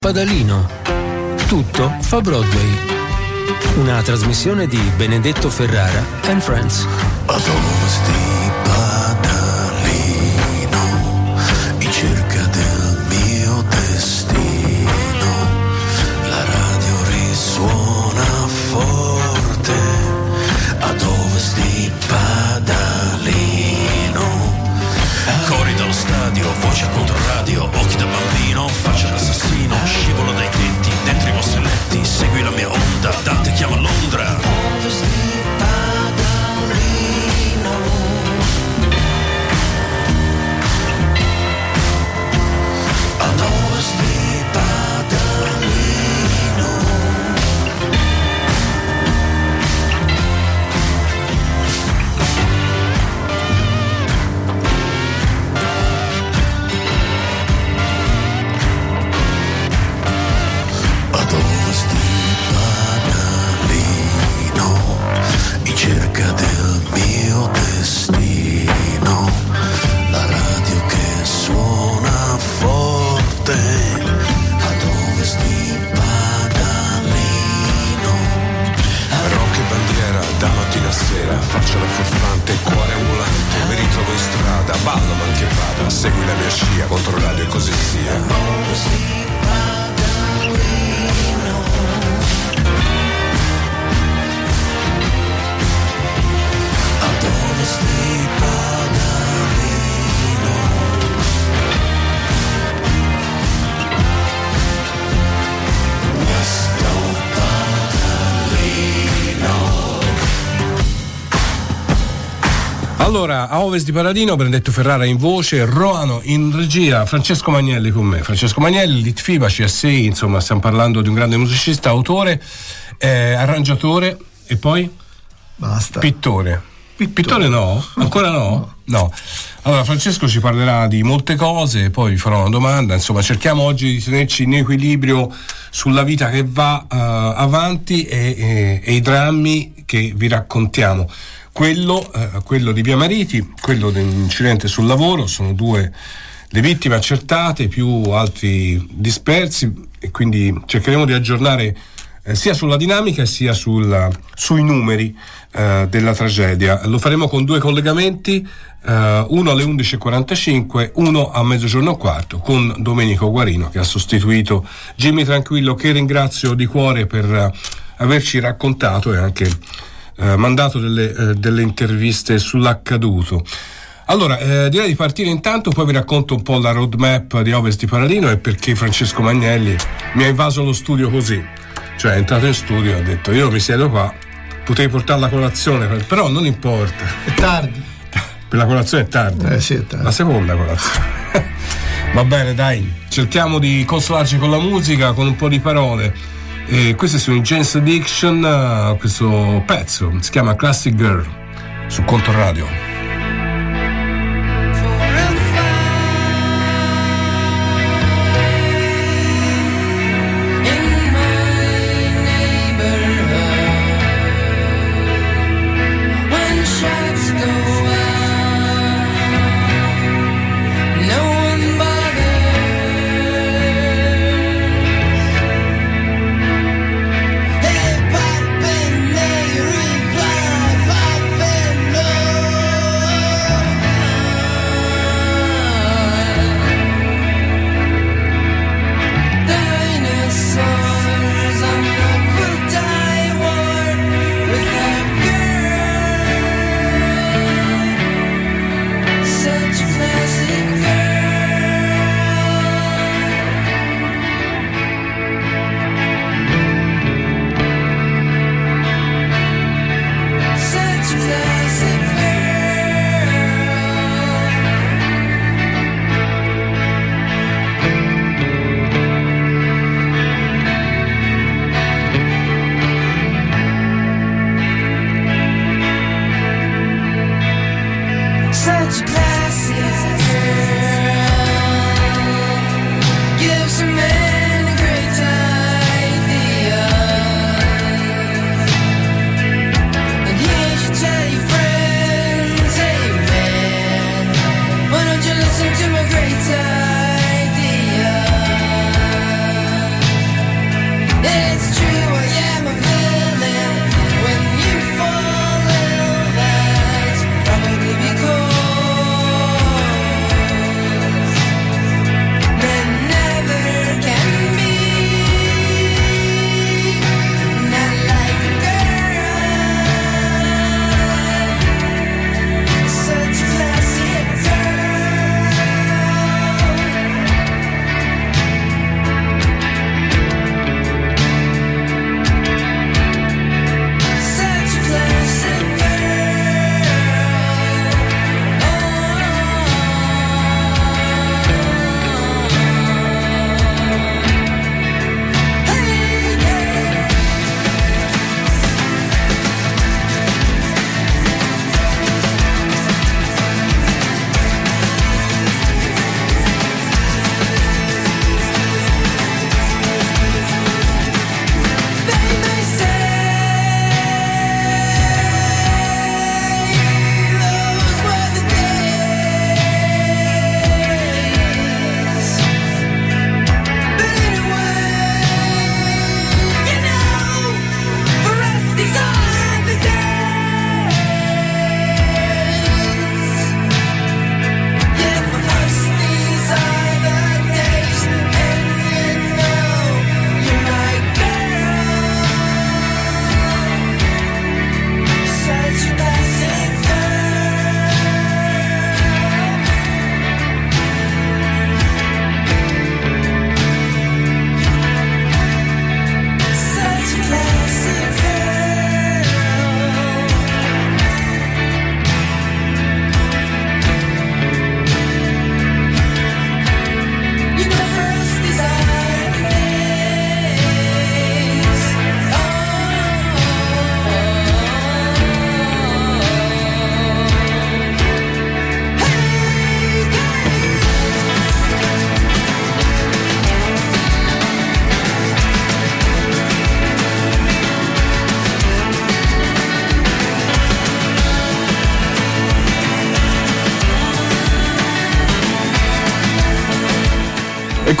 Padalino. Tutto fa Broadway. Una trasmissione di Benedetto Ferrara and Friends. Ad ovest di Padalino, in cerca del mio destino, la radio risuona forte. Ad ovest di Padalino, cori dallo stadio, voce contro radio, occhi da bambino, faccia d'assassino, scivolo dai tetti, dentro i vostri letti, segui la mia onda, Dante chiama Londra. Ovest di Padalino, ad ovest di Padalino. Ad ovest di Padalino, in cerca del mio destino, la radio che suona forte. Ad ovest di Padalino, rock e bandiera da mattina a sera, faccia la furfante, cuore ambulante, mi ritrovo in strada, ballo ma che vada, segui la mia scia, contro radio e così sia. Ad ovest di Ad ovest di Padalino, west of Padalino. Allora, a ovest di Padalino, Benedetto Ferrara in voce, Roano in regia, Francesco Magnelli con me. Francesco Magnelli, Litfiba, CSI, insomma, stiamo parlando di un grande musicista, autore, arrangiatore e poi? Basta. Pittore. Pittore no? Ancora no? No. Allora Francesco ci parlerà di molte cose, poi vi farò una domanda, insomma cerchiamo oggi di tenerci in equilibrio sulla vita che va avanti e i drammi che vi raccontiamo. Quello di Via Mariti, quello dell'incidente sul lavoro, sono due le vittime accertate, più altri dispersi, e quindi cercheremo di aggiornare sia sulla dinamica sia sui numeri della tragedia. Lo faremo con due collegamenti, uno alle 11.45, uno a mezzogiorno e quarto, con Domenico Guarino, che ha sostituito Jimmy Tranquillo, che ringrazio di cuore per averci raccontato e anche mandato delle interviste sull'accaduto. Allora, direi di partire intanto, poi vi racconto un po' la roadmap di Ovest di Padalino e perché Francesco Magnelli mi ha invaso lo studio così. Cioè è entrato in studio e ha detto: io mi siedo qua, potevi portare la colazione, però non importa. È tardi. Per la colazione è tardi. Sì, è tardi. La seconda colazione. Va bene, dai, cerchiamo di consolarci con la musica, con un po' di parole. Questi sono i Jane's Addiction, questo pezzo si chiama Classic Girl su Controradio. Hey, Papa, may you reply, Papa, no.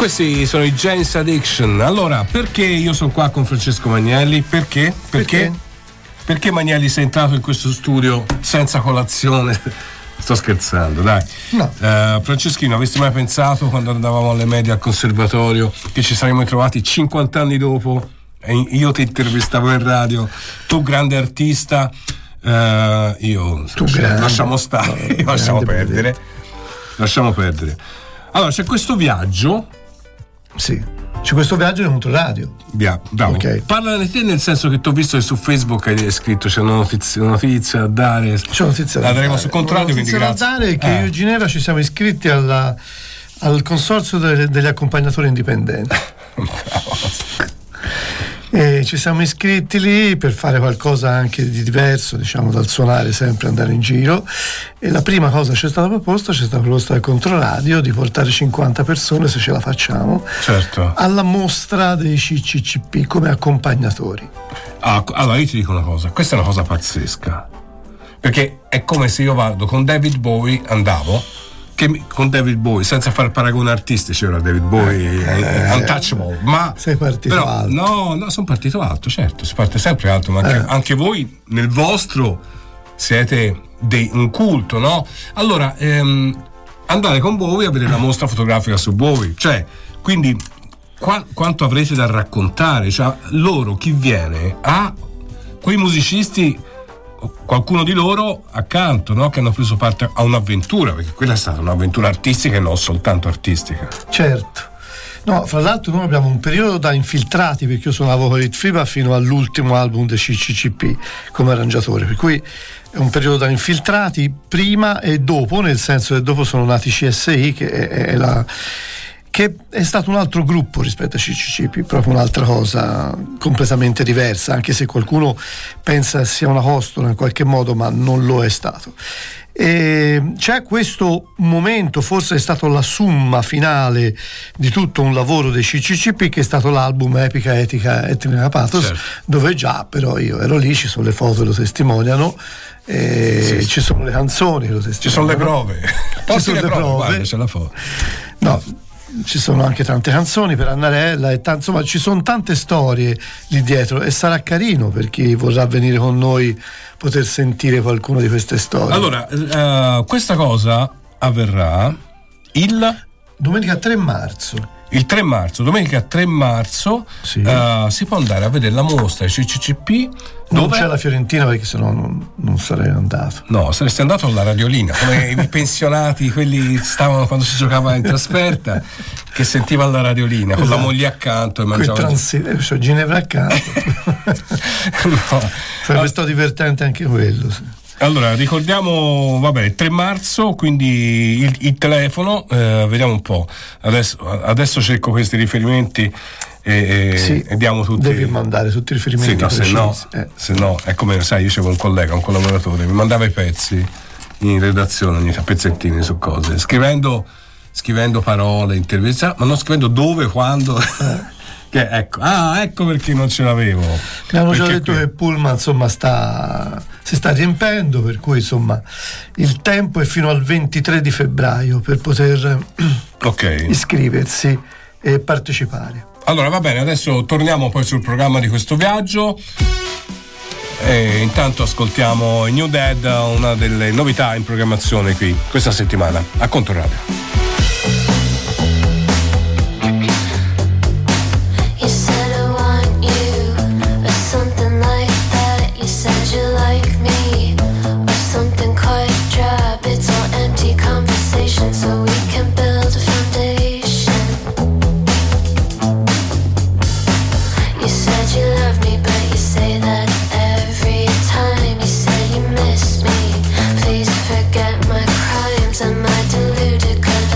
E questi sono i Jane's Addiction. Allora, perché io sono qua con Francesco Magnelli? Perché? Perché Magnelli sei entrato in questo studio senza colazione? Sto scherzando, dai. No. Franceschino, avresti mai pensato quando andavamo alle medie al conservatorio che ci saremmo trovati 50 anni dopo e io ti intervistavo in radio, tu grande artista, io tu grande. Lasciamo stare, No, lasciamo perdere. Allora c'è questo viaggio. Sì. C'è questo viaggio in Controradio. Bravo. Okay. Parla di te, nel senso che ti ho visto che su Facebook hai scritto c'è una notizia da dare. C'è una notizia la daremo su Controradio, quindi grazie. Da dare che io e Ginevra ci siamo iscritti al consorzio degli accompagnatori indipendenti. E ci siamo iscritti lì per fare qualcosa anche di diverso, diciamo, dal suonare sempre, andare in giro. E la prima cosa che ci è stata proposta dal Controradio di portare 50 persone, se ce la facciamo, certo, alla mostra dei CCCP come accompagnatori. Allora io ti dico una cosa, questa è una cosa pazzesca, perché è come se io vado con David Bowie, con David Bowie, senza fare paragoni artistici, ora David Bowie untouchable, ma sei partito però, alto. No, sono partito alto, certo, si parte sempre alto, ma anche voi nel vostro siete un culto, no? Allora, andare con Bowie a vedere la mostra fotografica su Bowie, cioè, quindi quanto avrete da raccontare, cioè loro, chi viene, a quei musicisti, qualcuno di loro accanto, no? Che hanno preso parte a un'avventura, perché quella è stata un'avventura artistica e non soltanto artistica. Certo. No, fra l'altro noi abbiamo un periodo da infiltrati, perché io suonavo con Rit Friba fino all'ultimo album dei CCCP come arrangiatore, per cui è un periodo da infiltrati prima e dopo, nel senso che dopo sono nati CSI, che è stato un altro gruppo rispetto a CCCP, proprio un'altra cosa completamente diversa, anche se qualcuno pensa sia una costola in qualche modo, ma non lo è stato. E c'è questo momento, forse è stato la summa finale di tutto un lavoro dei CCCP, che è stato l'album Epica Etica Etnica Pathos, certo, dove già però io ero lì, ci sono le foto che lo testimoniano, sì, ci sono le canzoni che lo testimoniano, ci sono le prove, ci sono le prove. Guarda, c'è la foto. No, ci sono anche tante canzoni per Annarella insomma ci sono tante storie lì dietro, e sarà carino per chi vorrà venire con noi poter sentire qualcuna di queste storie. Allora, questa cosa avverrà domenica 3 marzo. Il 3 marzo, domenica 3 marzo, sì, si può andare a vedere la mostra CCCP. Non c'è la Fiorentina, perché sennò non sarei andato. No, saresti andato alla Radiolina, come i pensionati, quelli stavano quando si giocava in trasferta, che sentiva alla Radiolina, con la moglie accanto e mangiava. C'ho Ginevra accanto. No. Sarebbe stato divertente anche quello, sì. Allora, ricordiamo, 3 marzo, quindi il telefono, vediamo un po'. Adesso cerco questi riferimenti sì, e diamo tutti. Devi mandare tutti i riferimenti. Sì, no, se no, è come, sai, io c'avevo un collega, un collaboratore, mi mandava i pezzi in redazione, ogni pezzettini su cose, scrivendo parole, interviste, ma non scrivendo dove, quando. Che ecco perché non ce l'avevo. Mi hanno già detto che Pullman, insomma, si sta riempendo, per cui insomma il tempo è fino al 23 di febbraio per poter iscriversi e partecipare. Allora, va bene, adesso torniamo poi sul programma di questo viaggio e intanto ascoltiamo i New Dead, una delle novità in programmazione qui questa settimana a Controradio. Please forget my crimes and my deluded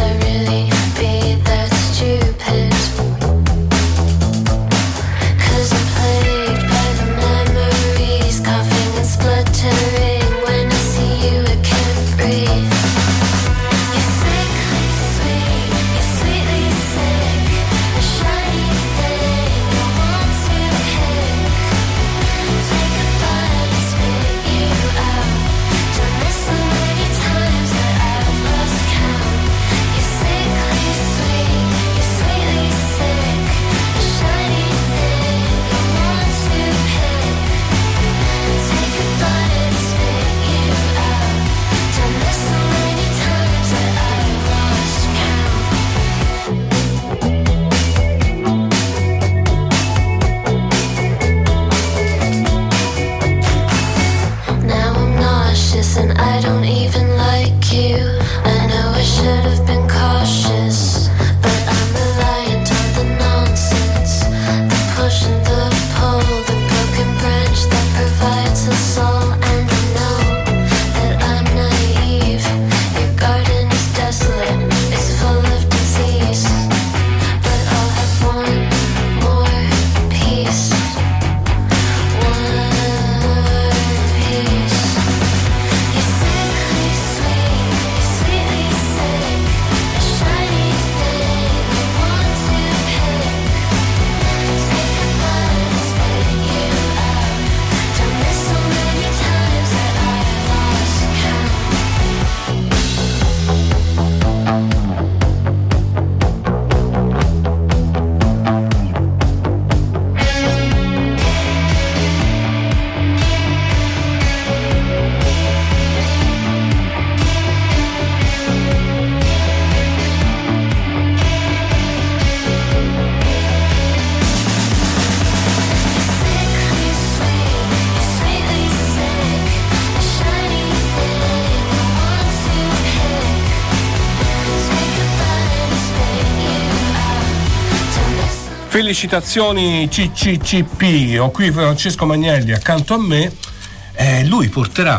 Felicitazioni CCCP. Ho qui Francesco Magnelli accanto a me. Lui porterà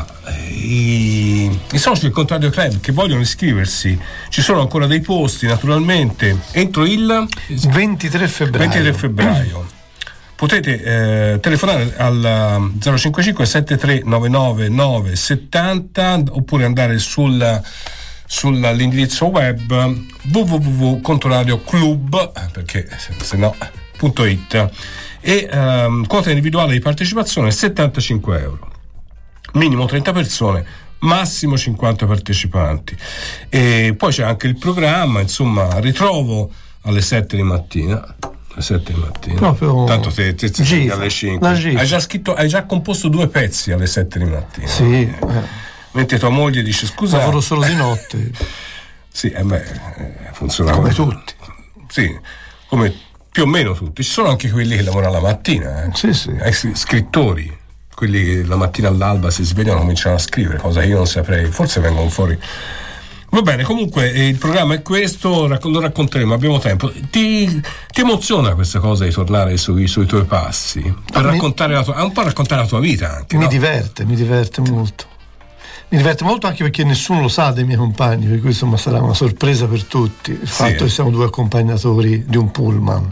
i soci del Contrario Club che vogliono iscriversi. Ci sono ancora dei posti, naturalmente, entro il 23 febbraio. Potete telefonare al 055 7399 970 oppure andare sull'indirizzo web www.contoradioclub perché se no .it e quota individuale di partecipazione 75 euro, minimo 30 persone, massimo 50 partecipanti. E poi c'è anche il programma, insomma, ritrovo alle 7 di mattina. Proprio tanto te Gifa, alle 5 hai già composto 2 pezzi alle 7 di mattina. Sì, mentre tua moglie dice scusa, lavoro solo di notte. Sì, funziona come tutti. Sì, come più o meno tutti. Ci sono anche quelli che lavorano la mattina, Sì. Scrittori, quelli che la mattina all'alba si svegliano e cominciano a scrivere, cosa che io non saprei, forse vengono fuori. Va bene, comunque il programma è questo, lo racconteremo, abbiamo tempo. Ti emoziona questa cosa di tornare sui tuoi passi? Per raccontare un po' raccontare la tua vita anche, mi diverte molto. Mi diverte molto anche perché nessuno lo sa dei miei compagni, per cui insomma sarà una sorpresa per tutti il fatto che siamo 2 accompagnatori di un pullman.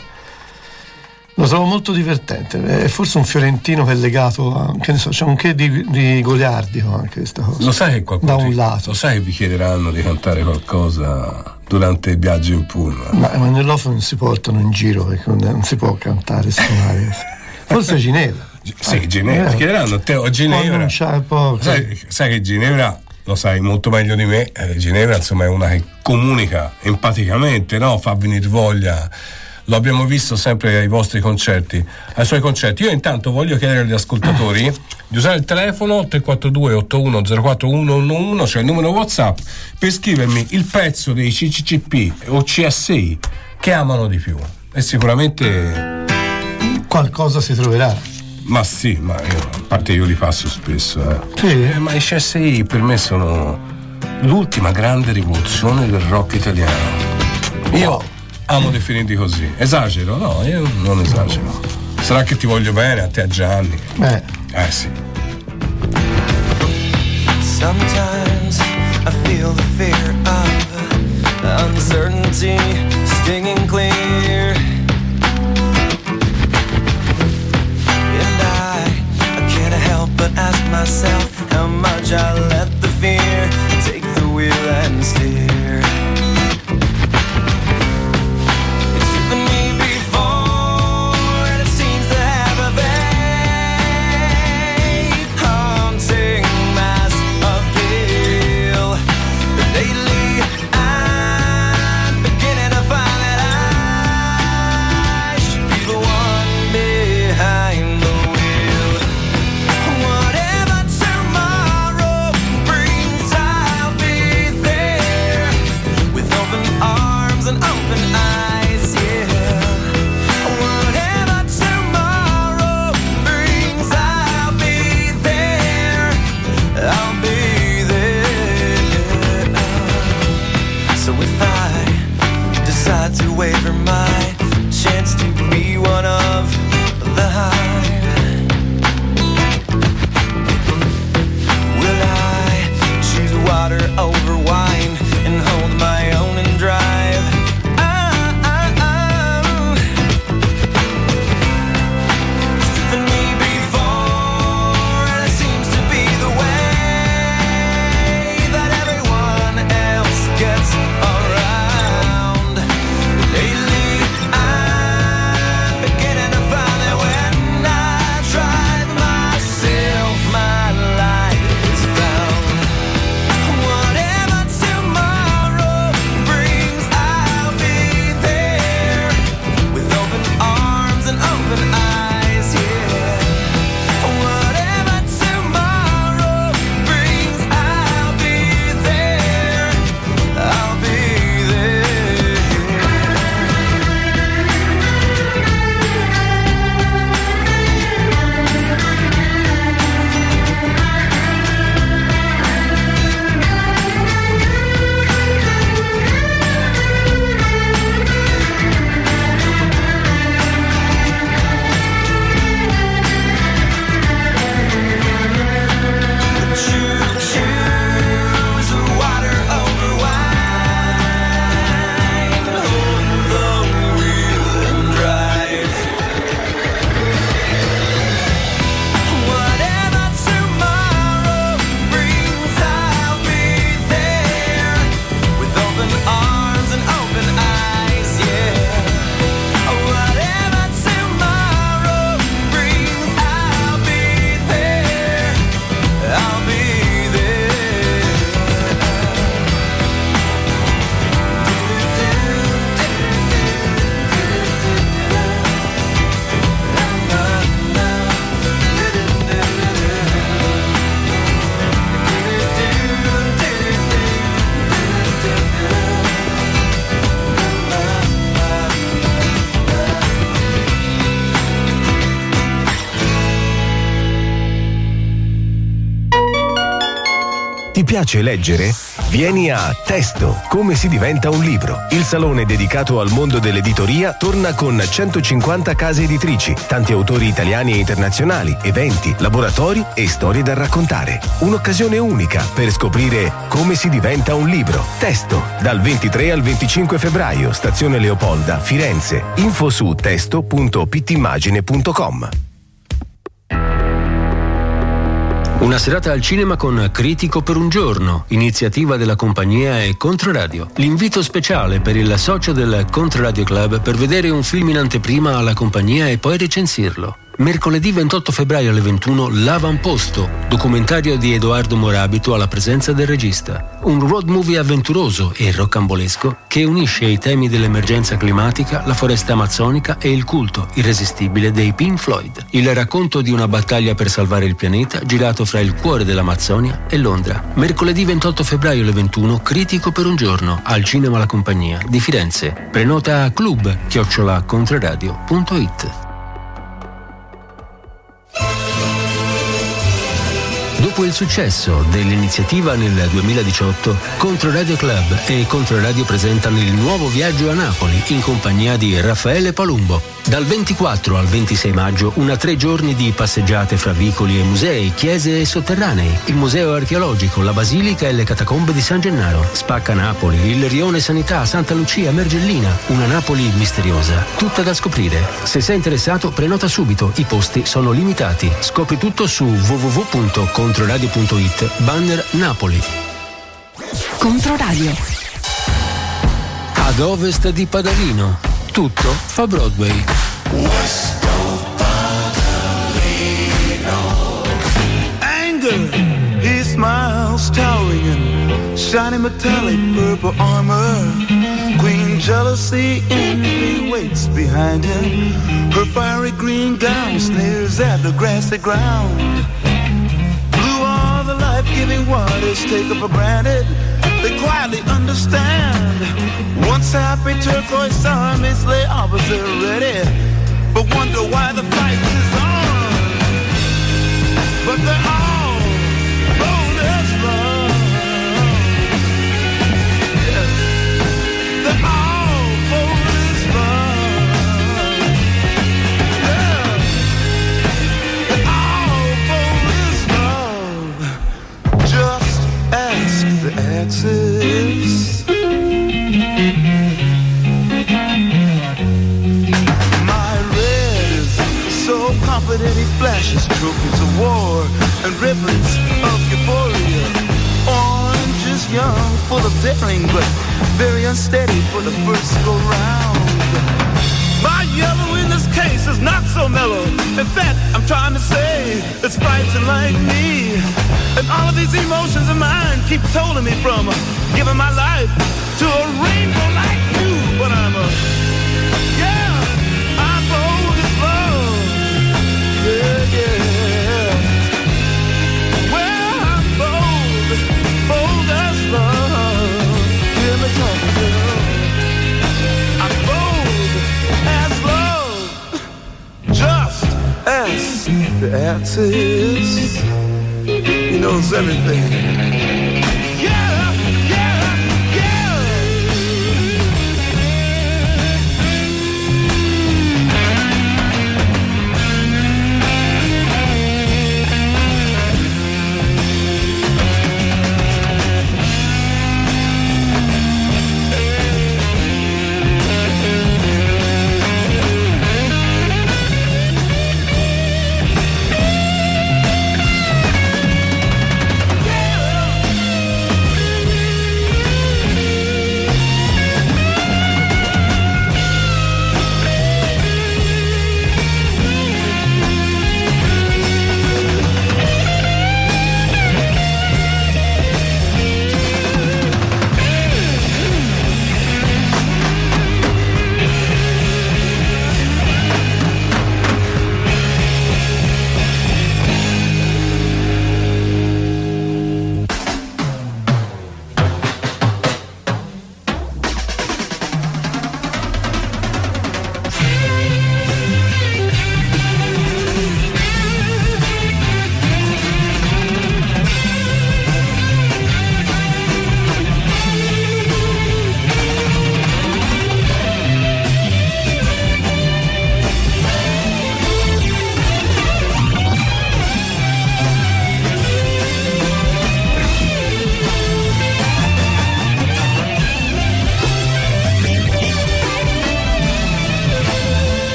Lo trovo molto divertente, è forse un fiorentino che è legato a, che ne so, c'è un che di goliardico anche questa cosa. Lo sai che qualcuno da un lato. Lo sai che vi chiederanno di cantare qualcosa durante il viaggio in pullman? Ma i magnellofoni si portano in giro perché non si può cantare e suonare. Forse Ginevra. Sì, Ginevra, ti chiederanno te o Ginevra. Sai che Ginevra, lo sai molto meglio di me, Ginevra insomma è una che comunica empaticamente, no? Fa venire voglia. Lo abbiamo visto sempre ai vostri concerti, ai suoi concerti. Io intanto voglio chiedere agli ascoltatori di usare il telefono 342 8104 111, cioè il numero WhatsApp, per scrivermi il pezzo dei CCCP o CSI che amano di più. E sicuramente qualcosa si troverà. Ma sì, ma a parte io li passo spesso. Sì. Ma i CSI per me sono l'ultima grande rivoluzione del rock italiano. Io amo definirli così. Esagero? No, io non esagero. Sarà che ti voglio bene, a te, a Gianni. Sì. Sometimes I feel the fear of uncertainty stinging clear. And I can't help but ask myself how much I let the fear take the wheel and steer. piace leggere? Vieni a Testo, come si diventa un libro. Il salone dedicato al mondo dell'editoria torna con 150 case editrici, tanti autori italiani e internazionali, eventi, laboratori e storie da raccontare. Un'occasione unica per scoprire come si diventa un libro. Testo, dal 23 al 25 febbraio, stazione Leopolda, Firenze. Info su testo.pittimmagine.com. Una serata al cinema con Critico per un giorno, iniziativa della compagnia e Controradio. L'invito speciale per il socio del Controradio Club per vedere un film in anteprima alla compagnia e poi recensirlo. Mercoledì 28 febbraio alle 21, L'Avamposto, documentario di Edoardo Morabito alla presenza del regista. Un road movie avventuroso e rocambolesco che unisce i temi dell'emergenza climatica, la foresta amazzonica e il culto irresistibile dei Pink Floyd. Il racconto di una battaglia per salvare il pianeta girato fra il cuore dell'Amazzonia e Londra. Mercoledì 28 febbraio alle 21, Critico per un giorno, al Cinema La Compagnia di Firenze. Prenota a club@controradio.it. Dopo il successo dell'iniziativa nel 2018, Controradio Club e Controradio presentano il nuovo viaggio a Napoli in compagnia di Raffaele Palumbo. Dal 24 al 26 maggio, 3 giorni di passeggiate fra vicoli e musei, chiese e sotterranei, il museo archeologico, la basilica e le catacombe di San Gennaro, Spacca Napoli, il rione Sanità, Santa Lucia, Mergellina, una Napoli misteriosa, tutta da scoprire. Se sei interessato, prenota subito, i posti sono limitati. Scopri tutto su www.controradio.it, banner Napoli. Controradio. Ad ovest di Padalino, tutto fa Broadway. Anger, he smiles, towering in shiny metallic purple armor. Queen jealousy, envy waits behind him. Her fiery green gown sneers at the grassy ground. Blue are the life-giving waters taken for granted. They quietly understand. Once happy turquoise armies lay opposite ready, but wonder why the fight is on. But they're all bold as love. Yeah. They're all bold as love. Yeah. They're all bold as love. Just ask the answers. My red is so confident he flashes trophies of war and ribbons of euphoria. Orange is young, full of daring, but very unsteady for the first go round. My yellow in this case is not so mellow. In fact, I'm trying to say it's fighting like me. And all of these emotions of mine keep holding me from giving my life to a rainbow like you. But I'm bold as love. Yeah, yeah. Well, I'm bold as love. Hear me talking, girl. I'm bold as love. Just ask the answers. He knows everything. Yeah, yeah, yeah.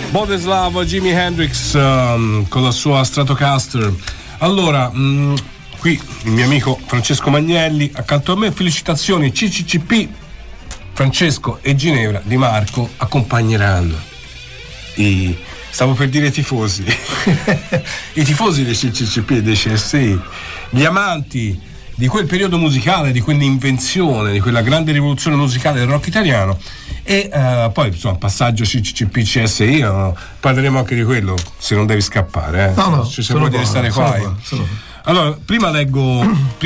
Boleslav Jimi Hendrix con la sua Stratocaster. Allora, qui il mio amico Francesco Magnelli accanto a me. Felicitazioni CCCP. Francesco e Ginevra Di Marco accompagneranno stavo per dire tifosi i tifosi dei CCCP e dei CSI, gli amanti di quel periodo musicale, di quell'invenzione, di quella grande rivoluzione musicale del rock italiano. E poi insomma passaggio CCCP CSI, parleremo anche di quello, se non devi scappare, no, se vuoi restare qua. Allora prima leggo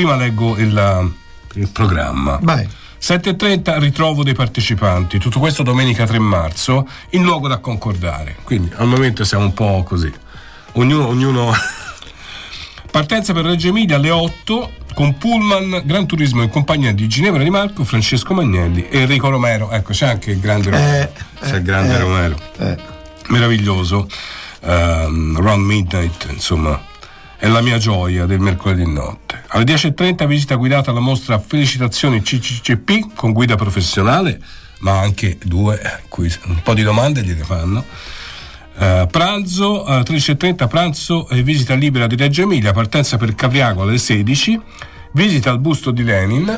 il programma. Vai. 7:30 ritrovo dei partecipanti, tutto questo domenica 3 marzo in luogo da concordare, quindi al momento siamo un po' così, ognuno partenza per Reggio Emilia alle 8 con Pullman Gran Turismo in compagnia di Ginevra Di Marco, Francesco Magnelli e Enrico Romero. Ecco, c'è anche il grande Romero, c'è il grande Romero, meraviglioso. Round Midnight, insomma, è la mia gioia del mercoledì notte. Alle 10:30 visita guidata alla mostra Felicitazioni CCCP con guida professionale, ma anche un po' di domande gliele fanno. Pranzo alle 13:30 pranzo e visita libera di Reggio Emilia, partenza per Cavriago alle 16, visita al busto di Lenin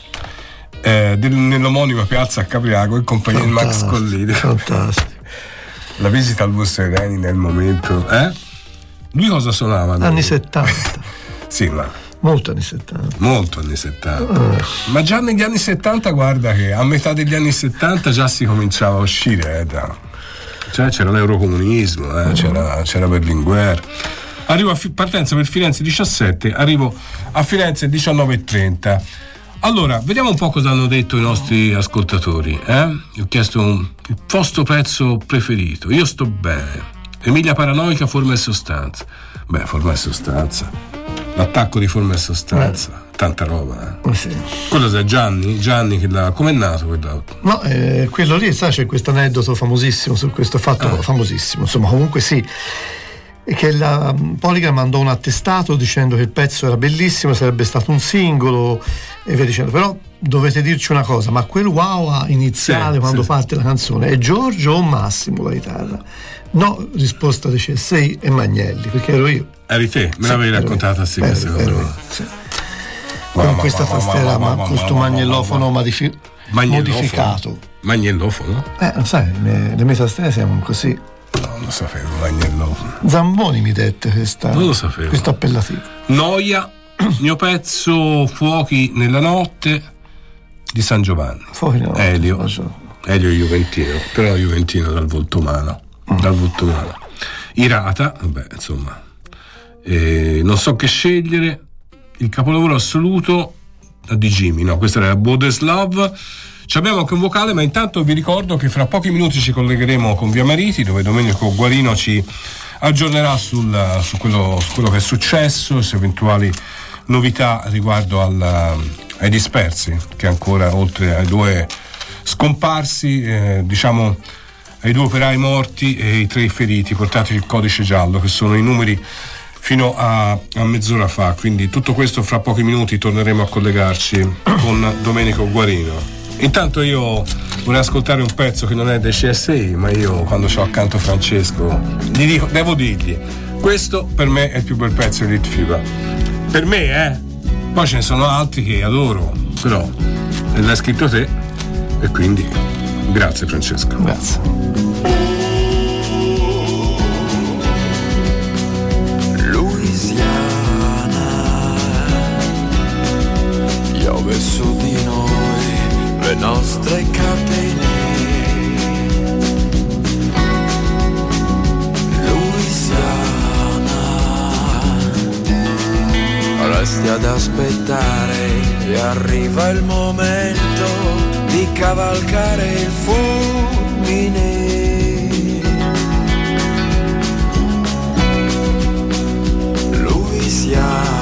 nell'omonima piazza a Cavriago in compagnia di Max Collini. Fantastico. La visita al busto di Lenin nel momento lui cosa suonava? Anni 70. Sì, ma molto anni 70. Molto anni 70. Ma già negli anni 70, guarda che a metà degli anni 70 già si cominciava a uscire cioè c'era l'eurocomunismo, c'era Berlinguer. Arrivo a partenza per Firenze 17, arrivo a Firenze 19:30. Allora, vediamo un po' cosa hanno detto i nostri ascoltatori. Ho chiesto il vostro pezzo preferito. Io sto bene. Emilia Paranoica, Forma e Sostanza. Beh, Forma e Sostanza. L'attacco di Forma e Sostanza. Tanta roba, Sì. Quello è Gianni che com'è nato quello? No, quello lì, sai, c'è questo aneddoto famosissimo su questo fatto, famosissimo, insomma, comunque sì, che la Polygram mandò un attestato dicendo che il pezzo era bellissimo, sarebbe stato un singolo e via dicendo, però dovete dirci una cosa, ma quel wow iniziale quando parte la canzone è Giorgio o Massimo la chitarra? No, risposta di CSI e Magnelli, perché ero io. Eri te? Me l'avevi raccontata questa cosa. Sì. Con questa tastiera, con questo magnellofono modificato. Magnellofono? Non sai, le mie tastiere siamo così. No, non lo sapevo, magnellofono. Zamboni mi dette non lo sapevo. questo appellativo. Noia, mio pezzo Fuochi nella notte di San Giovanni. Fuochi nella notte. Elio Juventino, però Juventino dal volto umano. Irata, vabbè, insomma. Non so che scegliere. Il capolavoro assoluto di Jimmy, no, questo era Boleslav. Ci abbiamo anche un vocale, ma intanto vi ricordo che fra pochi minuti ci collegheremo con Via Mariti, dove Domenico Guarino ci aggiornerà su quello che è successo, su eventuali novità riguardo ai dispersi, che ancora, oltre ai 2 scomparsi, diciamo ai 2 operai morti e i 3 feriti, portati il codice giallo, che sono i numeri fino a mezz'ora fa. Quindi tutto questo fra pochi minuti, torneremo a collegarci con Domenico Guarino. Intanto io vorrei ascoltare un pezzo che non è dei CSI, ma io quando c'ho accanto Francesco devo dirgli: questo per me è il più bel pezzo di Litfiba. Per me, poi ce ne sono altri che adoro, però l'hai scritto te e quindi grazie Francesco. Grazie. Piove su di noi le nostre catene. Louisiana, resti ad aspettare e arriva il momento di cavalcare il fulmine. Louisiana,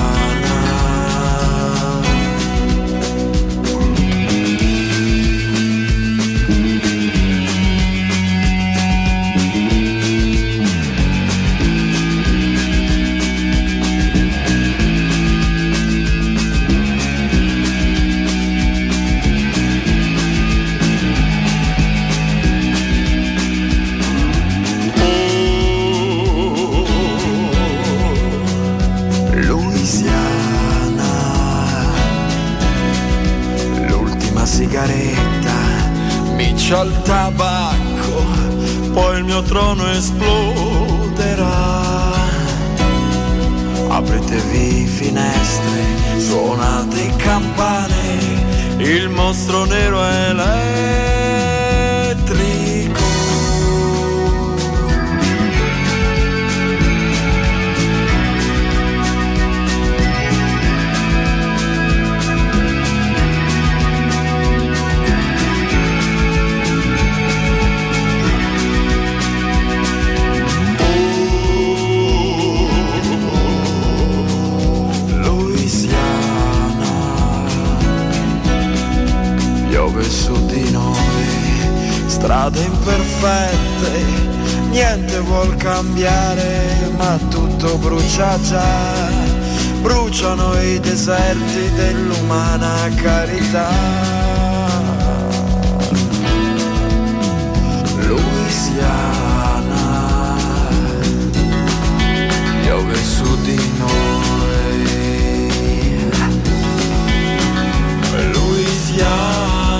il mio trono esploderà. Apritevi finestre, suonate campane, il mostro nero è elettrico. Piove su di noi, strade imperfette, niente vuol cambiare, ma tutto brucia già, bruciano i deserti dell'umana carità. Louisiana, piove su di noi, Louisiana.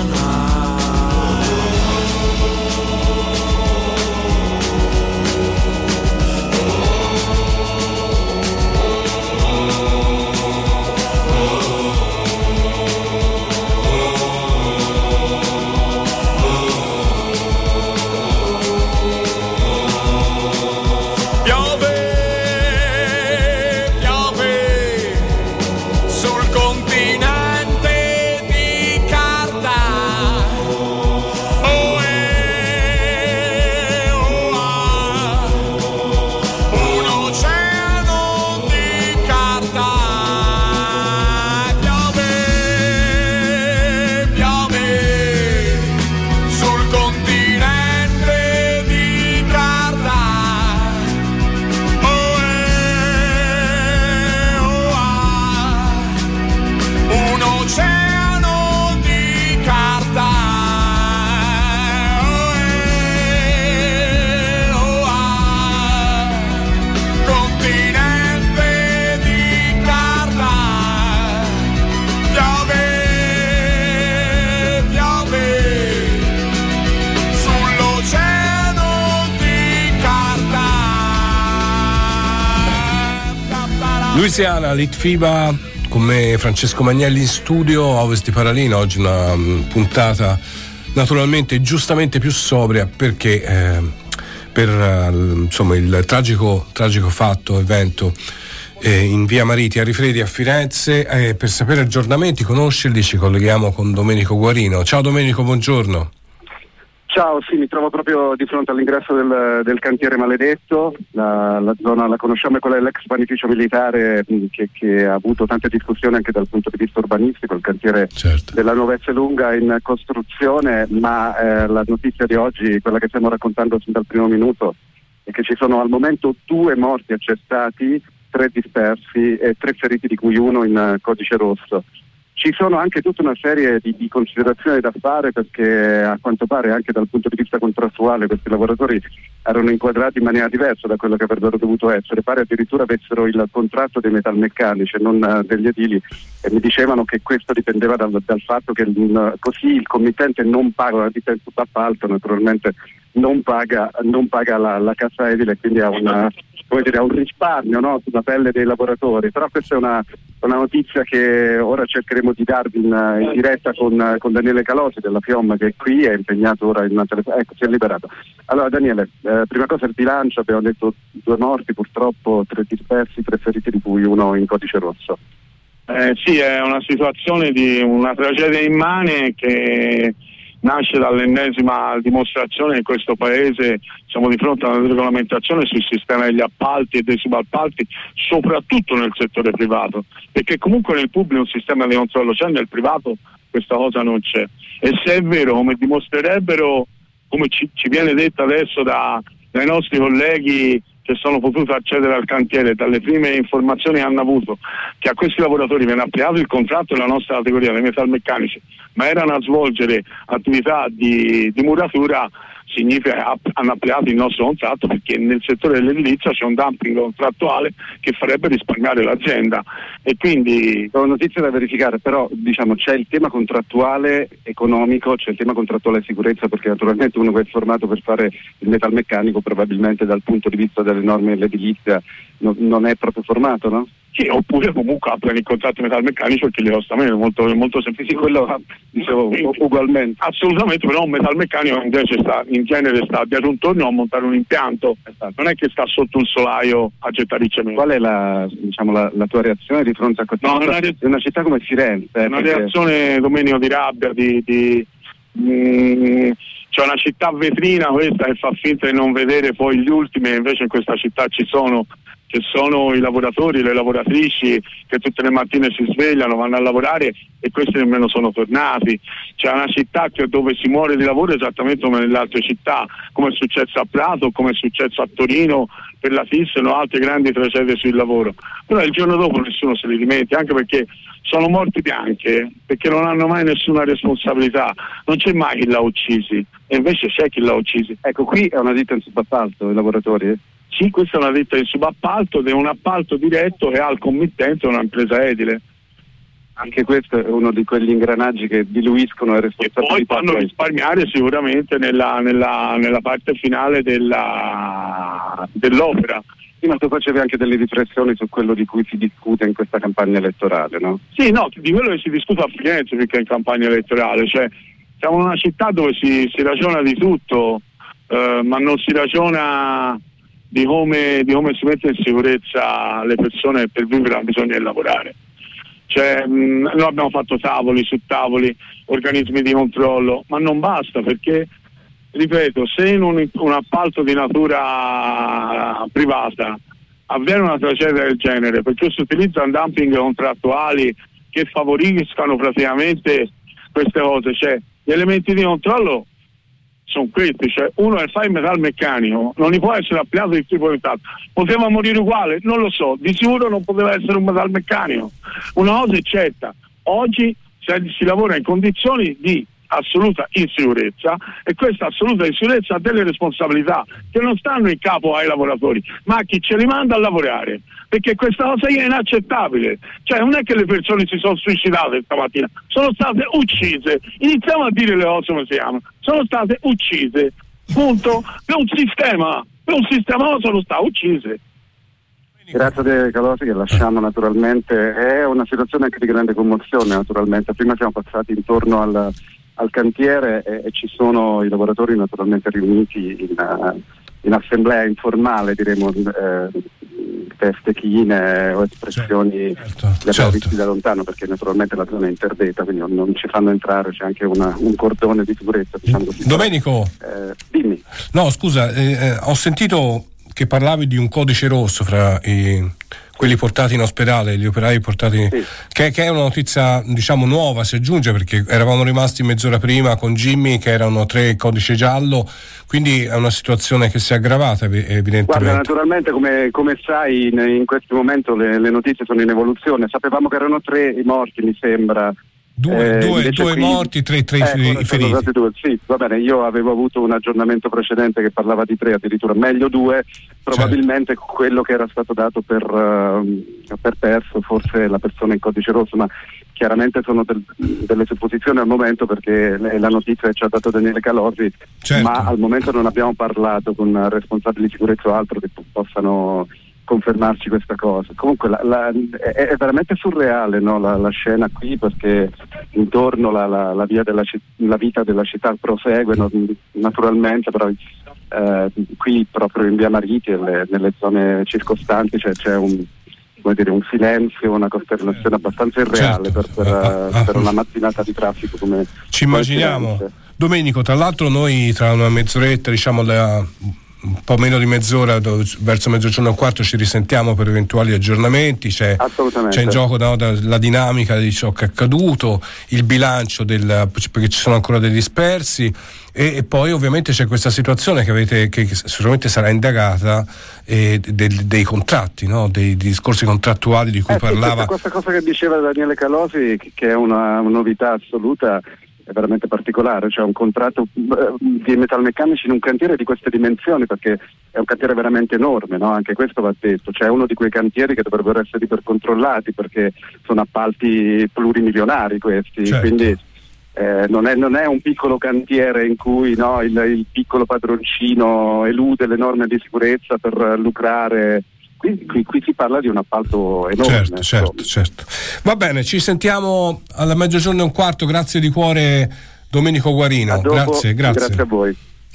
Louisiana, Litfiba, con me Francesco Magnelli in studio, Ovest di Paralino. Oggi una puntata naturalmente giustamente più sobria perché per insomma il tragico evento in via Mariti a Rifredi a Firenze. Per sapere aggiornamenti, conoscerli, ci colleghiamo con Domenico Guarino. Ciao Domenico, buongiorno. Ciao, sì, mi trovo proprio di fronte all'ingresso del cantiere maledetto. La zona la conosciamo, è quella dell'ex panificio militare che ha avuto tante discussioni anche dal punto di vista urbanistico, il cantiere della Nuova Esselunga in costruzione, ma la notizia di oggi, quella che stiamo raccontando sin dal primo minuto, è che ci sono al momento 2 morti accertati, 3 dispersi e 3 feriti, di cui 1 in codice rosso. Ci sono anche tutta una serie di considerazioni da fare, perché a quanto pare anche dal punto di vista contrattuale questi lavoratori erano inquadrati in maniera diversa da quello che avrebbero dovuto essere. Pare addirittura avessero il contratto dei metalmeccanici e non degli edili, e mi dicevano che questo dipendeva dal fatto che così il committente non paga, la ditta d'appalto naturalmente non paga la cassa edile, quindi ha un risparmio, no, sulla pelle dei lavoratori. Però questa è una notizia che ora cercheremo di darvi in diretta con Daniele Calosi della FIOM, che è qui, è impegnato ora in una telefonata. Ecco, si è liberato. Allora Daniele, prima cosa il bilancio: abbiamo detto 2 morti purtroppo, 3 dispersi, 3 feriti, di cui 1 in codice rosso. Sì, è una situazione di una tragedia immane che nasce dall'ennesima dimostrazione che in questo paese siamo di fronte a una regolamentazione sul sistema degli appalti e dei subappalti, soprattutto nel settore privato, perché comunque nel pubblico un sistema di controllo c'è, nel privato questa cosa non c'è. E se è vero, come dimostrerebbero, come ci viene detto adesso dai nostri colleghi che sono potuti accedere al cantiere, dalle prime informazioni che hanno avuto, che a questi lavoratori viene applicato il contratto della nostra categoria dei metalmeccanici, ma erano a svolgere attività di muratura, significa hanno ampliato il nostro contratto, perché nel settore dell'edilizia c'è un dumping contrattuale che farebbe risparmiare l'azienda, e quindi ho notizie da verificare, però diciamo c'è il tema contrattuale economico, c'è il tema contrattuale sicurezza, perché naturalmente uno che è formato per fare il metalmeccanico probabilmente dal punto di vista delle norme dell'edilizia non è proprio formato, no? Sì, oppure comunque applicano i contratti metalmeccanici perché li costa meno, molto, molto semplice. Quello dicevo ugualmente. Assolutamente, però un metalmeccanico invece in genere sta dietro un torno a montare un impianto, non è che sta sotto un solaio a gettare il cemento. Qual è la tua reazione di fronte a questo? È una città come Firenze. Una reazione, Domenico, di rabbia, c'è una città vetrina questa che fa finta di non vedere poi gli ultimi, e invece in questa città ci sono i lavoratori, le lavoratrici che tutte le mattine si svegliano, vanno a lavorare e questi nemmeno sono tornati. C'è una città dove si muore di lavoro esattamente come nelle altre città, come è successo a Prato, come è successo a Torino per la Thyssen o altre grandi tragedie sul lavoro. Però il giorno dopo nessuno se li dimentica, anche perché sono morti bianche, perché non hanno mai nessuna responsabilità, non c'è mai chi l'ha uccisi, e invece c'è chi l'ha uccisi. Ecco, qui è una ditta in subappalto, i lavoratori? Sì, questa è una ditta in subappalto ed è un appalto diretto che ha al committente un'impresa edile. Anche questo è uno di quegli ingranaggi che diluiscono le responsabilità. E poi fanno risparmiare sicuramente nella parte finale dell'opera. Sì, ma tu facevi anche delle riflessioni su quello di cui si discute in questa campagna elettorale, no? Sì, no, di quello che si discute a Firenze più che in campagna elettorale, cioè siamo in una città dove si ragiona di tutto, ma non si ragiona di come si mette in sicurezza le persone. Per vivere hanno bisogno di lavorare. Cioè, noi abbiamo fatto tavoli su tavoli, organismi di controllo, ma non basta, perché ripeto, se in un appalto di natura privata avviene una tragedia del genere perché si utilizzano dumping contrattuali che favoriscano praticamente queste cose, cioè gli elementi di controllo sono questi, cioè uno è fare il metalmeccanico, non gli può essere applicato il tipo di stato. Poteva morire uguale? Non lo so, di sicuro non poteva essere un metalmeccanico. Una cosa è certa, oggi si lavora in condizioni di assoluta insicurezza, e questa assoluta insicurezza ha delle responsabilità che non stanno in capo ai lavoratori, ma a chi ce li manda a lavorare, perché questa cosa è inaccettabile. Cioè non è che le persone si sono suicidate stamattina, sono state uccise. Iniziamo a dire le cose come si chiamano, sono state uccise, punto. Per un sistema sono state uccise. Grazie a De Calosi, che lasciamo naturalmente. È una situazione anche di grande commozione, naturalmente. Prima siamo passati intorno al cantiere e ci sono i lavoratori naturalmente riuniti in assemblea informale, diremo, teste chine o espressioni li abbiamo visti da lontano, perché naturalmente la zona è interdetta, quindi non ci fanno entrare, c'è anche un cordone di sicurezza, diciamo così. Domenico, dimmi. No, scusa, ho sentito che parlavi di un codice rosso fra quelli portati in ospedale, gli operai portati, sì. che è una notizia, diciamo, nuova, si aggiunge, perché eravamo rimasti mezz'ora prima con Jimmy che erano 3 codice giallo, quindi è una situazione che si è aggravata evidentemente. Guarda, naturalmente come sai in questo momento le notizie sono in evoluzione. Sapevamo che erano 3 i morti, mi sembra. Due morti, 3 i feriti. Sì, va bene, io avevo avuto un aggiornamento precedente che parlava di 3, addirittura meglio 2, probabilmente quello che era stato dato per perso, forse la persona in codice rosso, ma chiaramente sono delle supposizioni al momento, perché la notizia che ci ha dato Daniele Calosi, ma al momento non abbiamo parlato con responsabili di sicurezza o altro che possano confermarci questa cosa. Comunque è veramente surreale, no? la scena qui, perché intorno la vita della città prosegue, no? Naturalmente, però qui proprio in via Mariti e nelle zone circostanti c'è un silenzio, una costernazione abbastanza irreale per una mattinata di traffico come ci immaginiamo. Domenico, tra l'altro noi tra una mezz'oretta, diciamo un po' meno di mezz'ora, verso mezzogiorno e un quarto, ci risentiamo per eventuali aggiornamenti. C'è in gioco la dinamica di ciò che è accaduto, il bilancio perché ci sono ancora dei dispersi, e poi ovviamente c'è questa situazione che sicuramente sarà indagata, dei contratti, no? dei discorsi contrattuali di cui parlava. Questa cosa che diceva Daniele Calosi, che è una novità assoluta. veramente particolare, cioè un contratto di metalmeccanici in un cantiere di queste dimensioni, perché è un cantiere veramente enorme, no? Anche questo va detto, cioè è uno di quei cantieri che dovrebbero essere ipercontrollati perché sono appalti plurimilionari questi, certo. Quindi non è un piccolo cantiere in cui il piccolo padroncino elude le norme di sicurezza per lucrare. Qui si parla di un appalto enorme. Certo. Va bene, ci sentiamo alla 12:15. Grazie di cuore Domenico Guarino. A dopo, grazie a voi.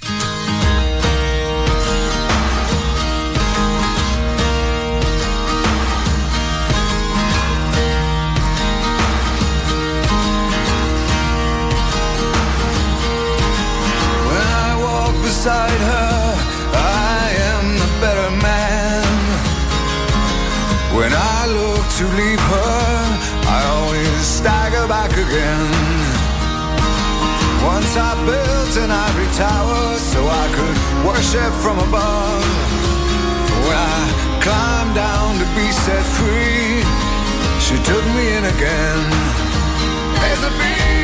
When I walk beside her, I am the better man. When I look to leave her, I always stagger back again. Once I built an ivory tower so I could worship from above. When I climbed down to be set free, she took me in again. There's a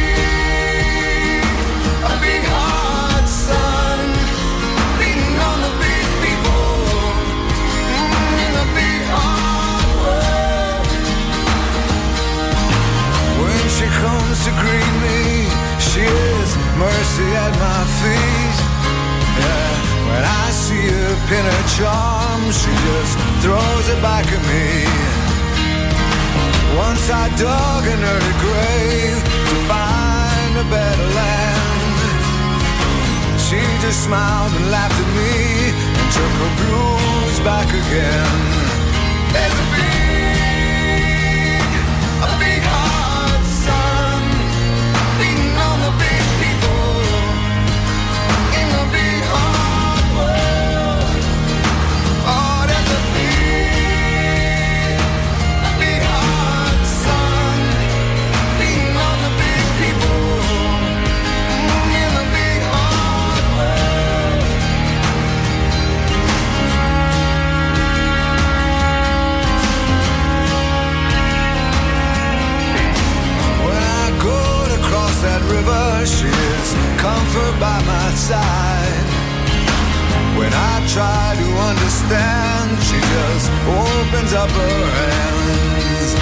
big hot sun beating on the big people in the big hot world. When she comes to greet me, she is mercy at my feet. Yeah, when I see her pin her charm, she just throws it back at me. Once I dug an early grave to find a better land. She just smiled and laughed at me and took her blues back again. There's a big hot sun beating on the big people in the big hot world. Oh, there's a big hot sun beating on the big people in the big hot world. When I go to cross that river, she is comfort by my side. When I try to understand, she just opens up her hands.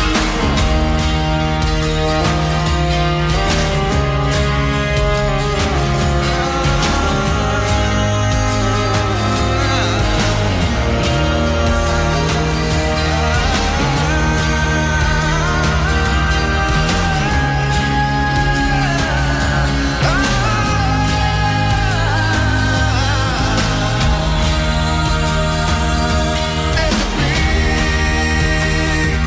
There's a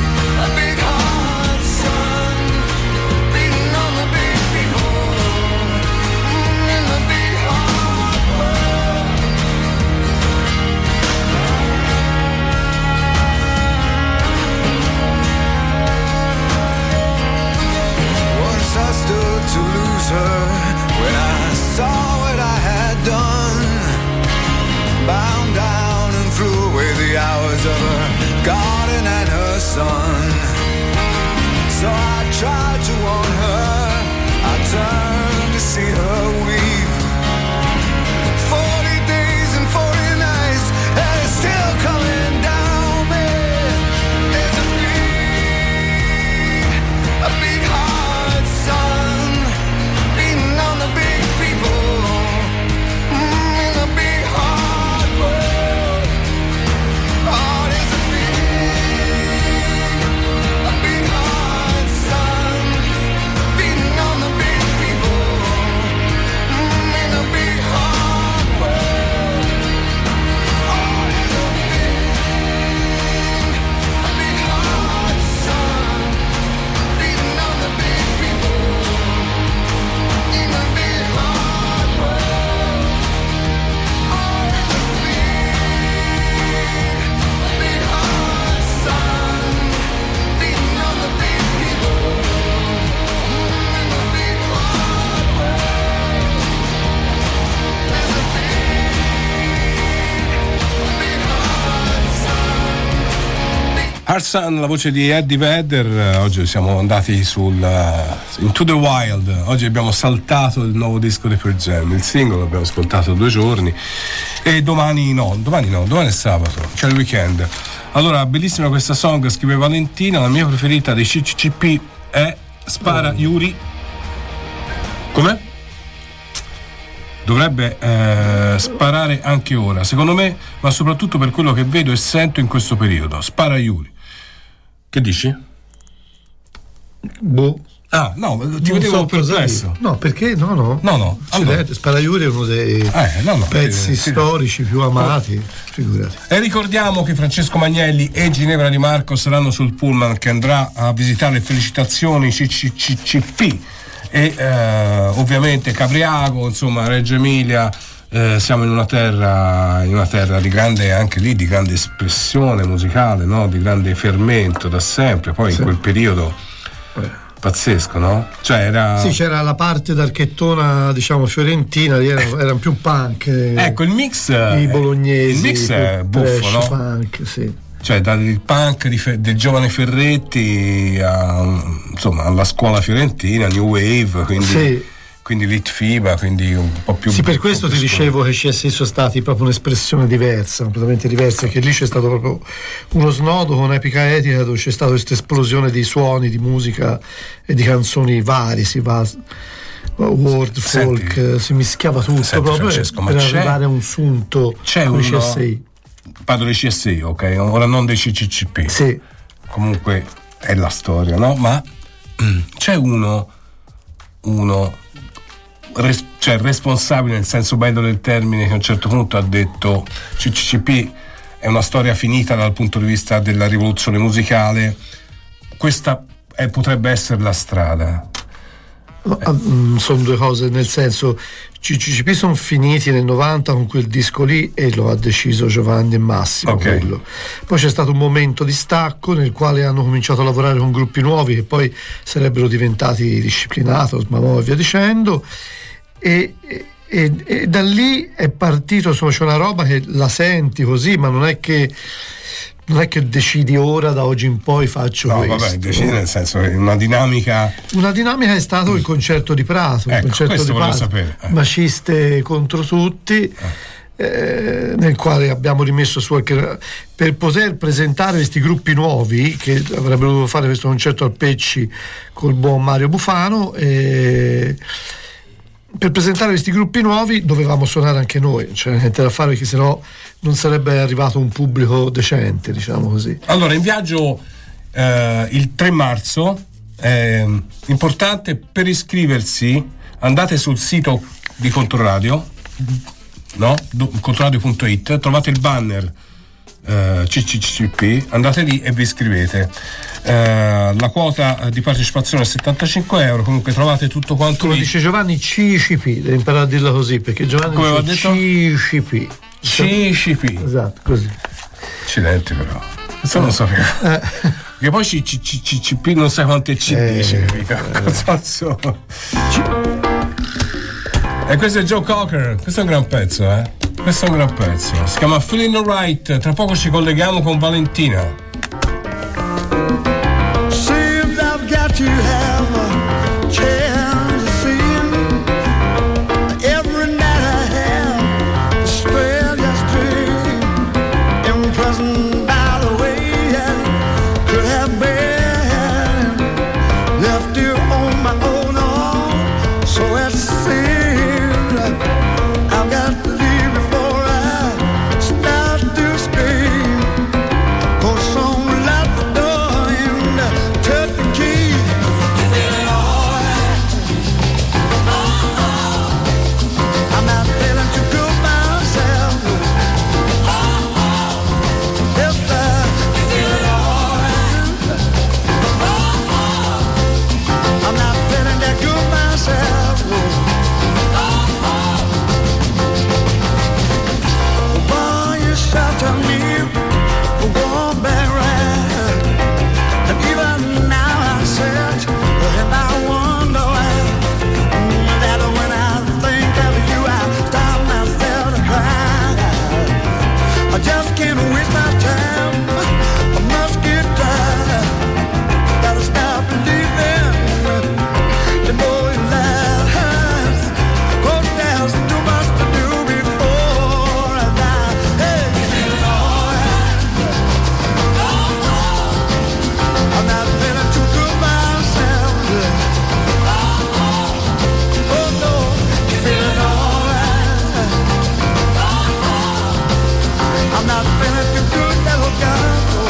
Hard Sun, la voce di Eddie Vedder. Oggi siamo andati sul Into the Wild. Oggi abbiamo saltato il nuovo disco di Pearl Jam. Il singolo l'abbiamo ascoltato 2 giorni e domani è sabato, c'è il weekend. Allora, bellissima questa song, scrive Valentina. La mia preferita dei CCCP è Spara Yuri. Com'è? Dovrebbe sparare anche ora, secondo me, ma soprattutto per quello che vedo e sento in questo periodo. Spara Yuri. Che dici? Boh. Ah, no, ti vedevo perplesso. No, perché? No. Allora. Spara Yuri è uno dei pezzi storici più amati, figurati. E ricordiamo che Francesco Magnelli e Ginevra Di Marco saranno sul pullman che andrà a visitare Felicitazioni CCCP e ovviamente Capriago, insomma Reggio Emilia. Siamo in una terra di grande, anche lì, di grande espressione musicale, no? Di grande fermento da sempre. Poi in quel periodo pazzesco, no? Cioè c'era la parte d'archettona, diciamo, fiorentina, erano più punk. Ecco, il mix, i bolognesi, il mix è buffo, no? Punk, sì. Cioè dal punk del giovane Ferretti alla scuola fiorentina, New Wave, quindi Litfiba, quindi un po' più. Sì, per questo ti dicevo che i CSI sono stati proprio un'espressione diversa, completamente diversa, che lì c'è stato proprio uno snodo con Epica Etica, dove c'è stata questa esplosione di suoni, di musica e di canzoni vari, world, folk, si mischiava tutto proprio per arrivare a un sunto con i CSI. Parlo dei CSI, ok? Ora non dei CCCP. Sì. Comunque è la storia, no? Ma c'è uno responsabile nel senso bello del termine, che a un certo punto ha detto CCCP è una storia finita dal punto di vista della rivoluzione musicale, questa potrebbe essere la strada. Sono 2 cose, nel senso, CCCP sono finiti nel 90 con quel disco lì e lo ha deciso Giovanni e Massimo, quello. Poi c'è stato un momento di stacco nel quale hanno cominciato a lavorare con gruppi nuovi che poi sarebbero diventati Disciplinato, Smamò e via dicendo, e da lì è partito, insomma, c'è una roba che la senti così, ma non è che decidi ora, da oggi in poi faccio questo. Vabbè, decidi nel senso che una dinamica è stato il concerto di Prato, il concerto di Prato, Maciste contro tutti, nel quale abbiamo rimesso su per poter presentare questi gruppi nuovi che avrebbero dovuto fare questo concerto al Pecci col buon Mario Bufano, per presentare questi gruppi nuovi dovevamo suonare anche noi, cioè niente da fare, perché sennò non sarebbe arrivato un pubblico decente, diciamo così. Allora, in viaggio il 3 marzo, importante per iscriversi, andate sul sito di Controradio, no? Controradio.it, trovate il banner CCCP, andate lì e vi iscrivete. La quota di partecipazione è €75, comunque trovate tutto quanto. Come dice Giovanni, CCP, devi imparare a dirla così, perché Giovanni come dice CCP. Esatto, così. Accidenti, però questo non sapevo. Perché poi CCP non sai quante CD significa. E questo è Joe Cocker, questo è un gran pezzo, questo è un gran pezzo, si chiama Feeling Alright. Tra poco ci colleghiamo con Valentina. Seems I've got to have a chance to see every night I have the strangest dream, impressed by the way I could have been left here on my own, so it seems I've got to leave before I start to scream. Go some lock the door and turn the key. You feeling alright? I'm not feeling too good myself. Yes, sir. You feeling alright? I'm not feeling that good myself. Why you shelter me for one bad ride? And even now I sit and I wonder why. That when I think of you I stop myself to cry. I just can't waste my time, I must get down. I'm not feeling too good, little girl.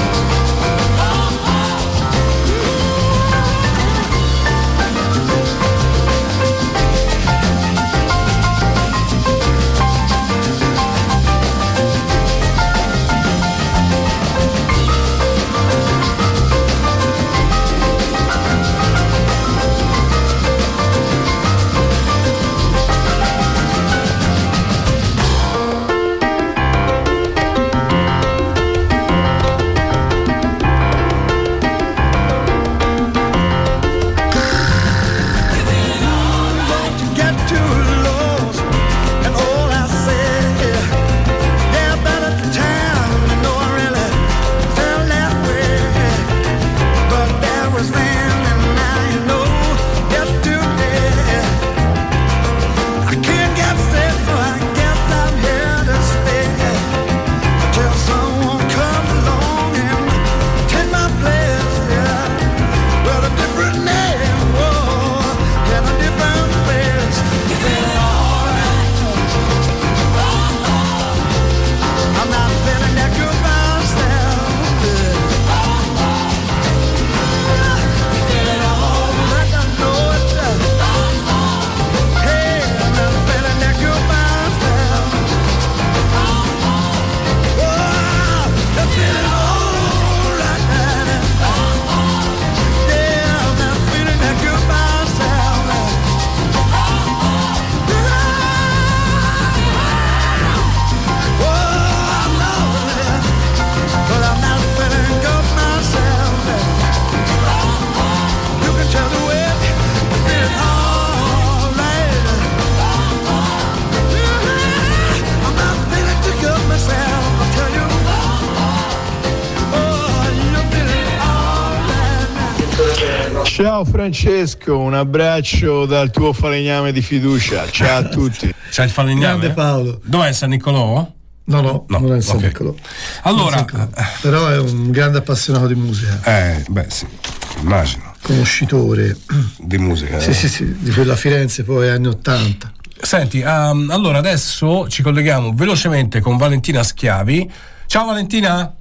Ciao Francesco, un abbraccio dal tuo falegname di fiducia. Ciao a tutti. C'è il falegname? Grande Paolo. Dov'è San Niccolò? No, non è San Niccolò. Allora, però è un grande appassionato di musica. Beh sì, immagino. Conoscitore di musica. Sì, di quella Firenze poi anni 80. Senti, allora adesso ci colleghiamo velocemente con Valentina Schiavi. Ciao Valentina.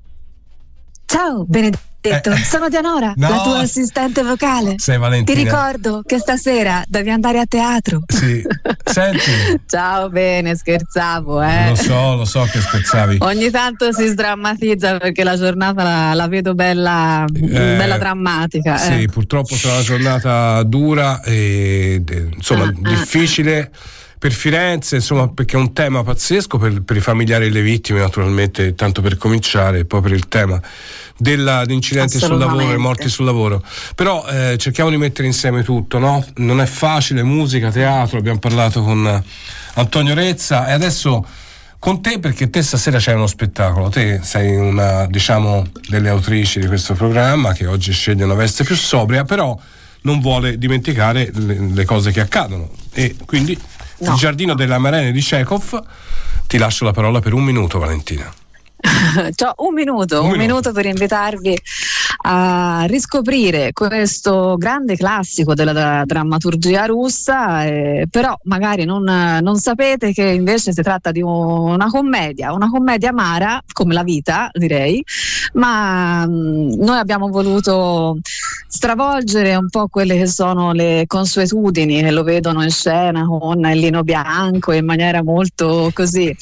Ciao Benedetto. Sono Dianora, no, la tua assistente vocale. Sei Valentina. Ti ricordo che stasera devi andare a teatro. Sì, senti. Ciao, bene, scherzavo, Lo so che scherzavi. Ogni tanto si sdrammatizza perché la giornata la vedo bella drammatica. Sì, purtroppo sarà una giornata dura e difficile per Firenze, insomma, perché è un tema pazzesco per i familiari delle vittime, naturalmente, tanto per cominciare, e poi per il tema di incidenti sul lavoro e morti sul lavoro. Però cerchiamo di mettere insieme tutto, no? Non è facile, musica, teatro, abbiamo parlato con Antonio Rezza e adesso con te, perché te stasera c'è uno spettacolo, te sei una, diciamo, delle autrici di questo programma che oggi sceglie una veste più sobria, però non vuole dimenticare le cose che accadono e quindi il Giardino delle Amarene di Chekhov. Ti lascio la parola per 1 minuto, Valentina. C'ho un minuto per invitarvi a riscoprire questo grande classico della drammaturgia russa, però magari non sapete che invece si tratta di una commedia amara come la vita, direi, ma noi abbiamo voluto stravolgere un po' quelle che sono le consuetudini che lo vedono in scena con Lino Bianco in maniera molto così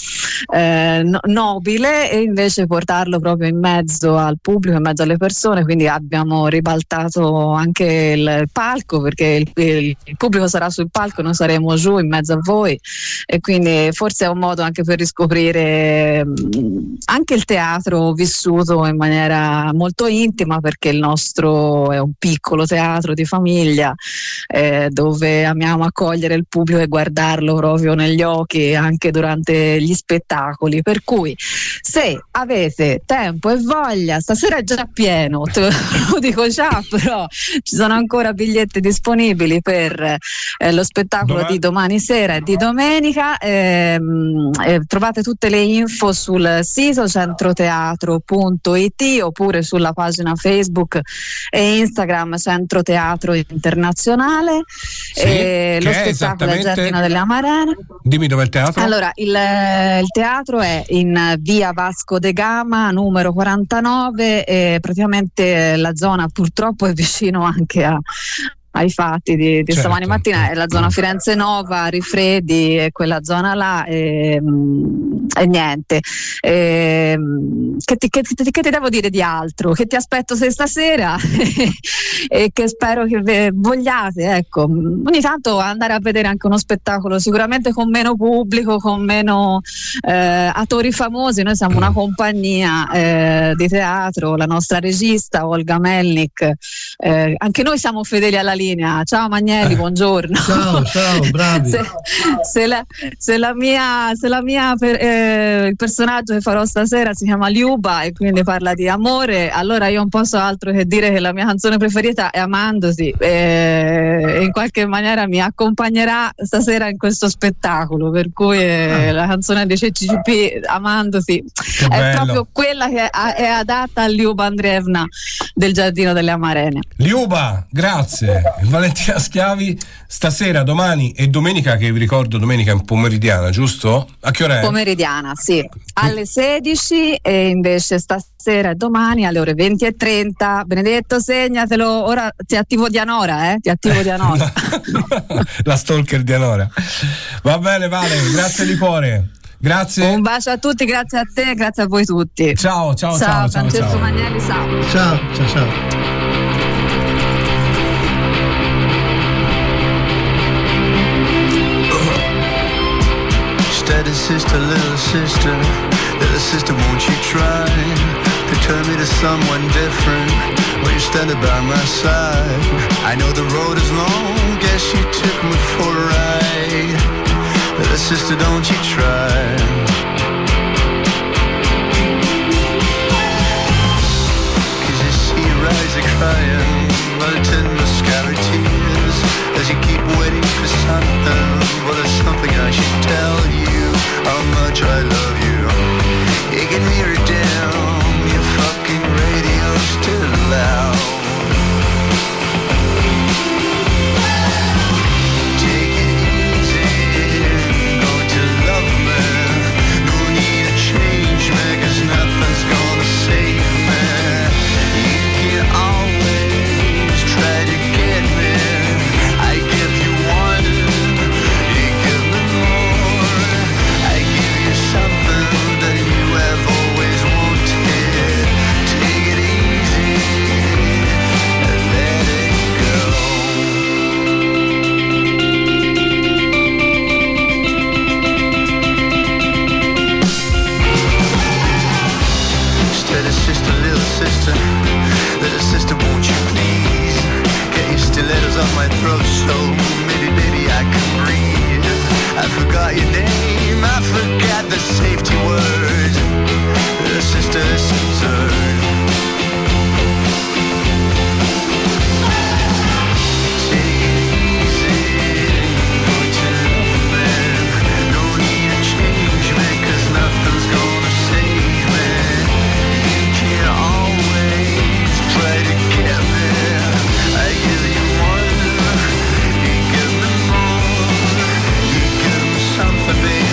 nobile, e invece portarlo proprio in mezzo al pubblico, in mezzo alle persone. Quindi abbiamo ribaltato anche il palco, perché il pubblico sarà sul palco, noi saremo giù in mezzo a voi, e quindi forse è un modo anche per riscoprire anche il teatro vissuto in maniera molto intima, perché il nostro è un piccolo teatro di famiglia dove amiamo accogliere il pubblico e guardarlo proprio negli occhi anche durante gli spettacoli, per cui se avete tempo e voglia, stasera è già pieno, te lo dico già, però ci sono ancora biglietti disponibili per lo spettacolo di domani sera e di domenica. Trovate tutte le info sul sito centroteatro.it oppure sulla pagina Facebook e Instagram Instagram Centro Teatro Internazionale, lo spettacolo è Giardino delle Amarene. Dimmi dov'è il teatro? Allora, il teatro è in via Vasco de Gama numero 49, praticamente la zona purtroppo è vicino anche ai fatti di stamani mattina, è la zona Firenze Nova, Rifredi, è quella zona là, e niente. Che ti devo dire di altro? Che ti aspetto stasera e che spero che vogliate, ecco, ogni tanto andare a vedere anche uno spettacolo, sicuramente con meno pubblico, con meno attori famosi. Noi siamo una compagnia di teatro, la nostra regista Olga Melnik, anche noi siamo fedeli alla linea. Ciao Magnelli, buongiorno. Ciao, bravi. Il personaggio che farò stasera si chiama Liuba e quindi parla di amore, allora io non posso altro che dire che la mia canzone preferita è Amandosi, e in qualche maniera mi accompagnerà stasera in questo spettacolo, per cui la canzone di CCCP, Amandosi, è proprio quella che è adatta a Liuba Andreevna del Giardino delle Amarene. Liuba, grazie. Valentina Schiavi, stasera, domani e domenica, che vi ricordo domenica in pomeridiana, giusto? A che ora è? Pomeridiana, sì, alle 16, e invece stasera e domani alle ore 20:30. Benedetto, segnatelo, ora ti attivo Dianora, ti attivo Dianora. La stalker Dianora. Va bene, Vale, grazie di cuore. Grazie. Un bacio a tutti, grazie a te, grazie a voi tutti. Ciao Francesco Magnelli, ciao. Steady sister, little sister, won't you try to turn me to someone different when you're standing by my side? I know the road is long, guess you took me for a ride. Little sister, don't you try. Cause you see your eyes are crying, melting mascara tears, as you keep waiting for something. Well, there's something I should tell you, how much I love you. You can hear it down, your fucking radio's still loud. Take it easy, don't you love me? No need to change me, cause nothing's gonna save me. You can always try to get me. I give you one, you give me more. I give you something that you have always wanted. Take it easy and let it go. Steady sister, little sister, won't you please get your stilettos off my throat so maybe, baby, I can breathe. I forgot your name, I forgot the safety word. Little sister, it's absurd. Take it easy, don't you love me? No need to change me, cause nothing's gonna save me. You can always try to get me. I give you one, you give me more. You give me something, baby.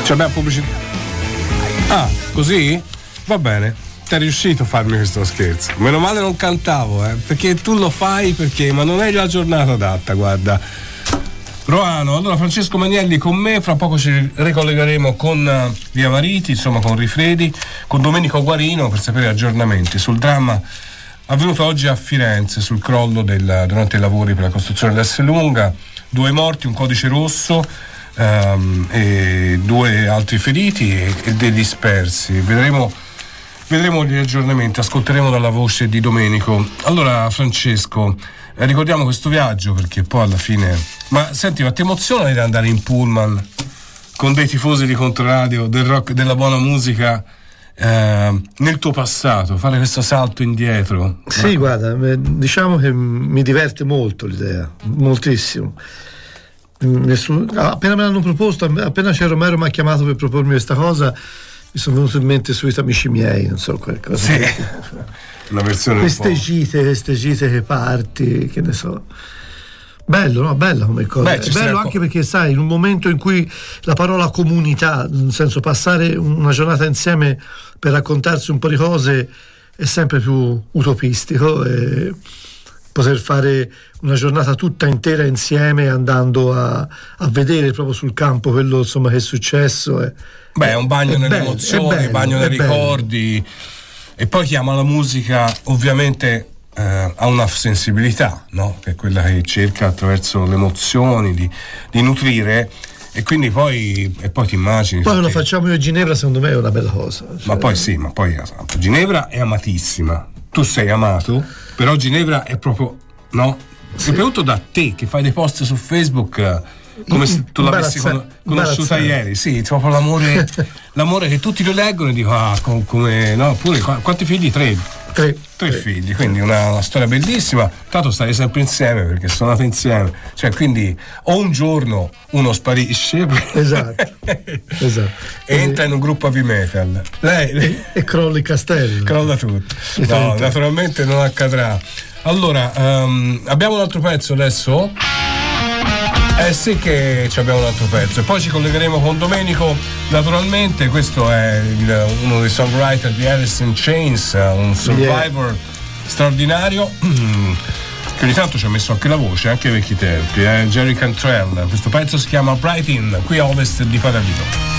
abbiamo pubblicità. Ah, così? Va bene. Ti è riuscito a farmi questo scherzo. Meno male non cantavo, perché tu lo fai ma non è la giornata adatta, guarda. Roano, allora Francesco Magnelli con me, fra poco ci ricollegheremo con Via Mariti, insomma con Rifredi, con Domenico Guarino per sapere aggiornamenti sul dramma avvenuto oggi a Firenze sul crollo durante i lavori per la costruzione dell'Esselunga. 2 morti, un codice rosso, e 2 altri feriti e dei dispersi. Vedremo gli aggiornamenti, ascolteremo dalla voce di Domenico. Allora Francesco, ricordiamo questo viaggio perché poi alla fine... Ma senti, ma ti emoziona di andare in pullman con dei tifosi di Controradio, del rock, della buona musica, nel tuo passato, fare questo salto indietro? Sì, guarda, diciamo che mi diverte molto l'idea, moltissimo. Appena me l'hanno proposto, appena Romero mi ha chiamato per propormi questa cosa, mi sono venuto in mente Sweet Amici Miei, non so qualcosa. Sì. Una versione queste gite che parti, che ne so. Bello, no? Bella come cosa. È bello anche perché, sai, in un momento in cui la parola comunità, nel senso passare una giornata insieme per raccontarsi un po' di cose, è sempre più utopistico, e poter fare una giornata tutta intera insieme andando a vedere proprio sul campo quello, insomma, che è successo. È un bagno nelle emozioni, un bagno nei ricordi. E poi chi ama la musica ovviamente ha una sensibilità, no? Che è quella che cerca attraverso le emozioni di nutrire, e quindi poi ti immagini. Poi lo facciamo io a Ginevra, secondo me è una bella cosa. Ma poi Ginevra è amatissima, tu sei amato, però Ginevra è proprio, no? Soprattutto da te che fai dei post su Facebook come se tu l'avessi conosciuta ieri. Sì, proprio l'amore che tutti lo leggono e dico come, no? Pure quanti figli? Tre figli, quindi una storia bellissima. Tanto state sempre insieme perché suonate insieme, cioè, quindi o un giorno uno sparisce, esatto. e entra in un gruppo heavy metal, lei e crolla il castello, crolla tutto. No, naturalmente non accadrà. Allora, abbiamo un altro pezzo adesso? Sì che abbiamo un altro pezzo e poi ci collegheremo con Domenico, naturalmente. Questo è uno dei songwriter di Alice in Chains, un survivor straordinario che ogni tanto ci ha messo anche la voce, anche ai vecchi tempi, Jerry Cantrell. Questo pezzo si chiama Bright In, qui a ovest di Padavino.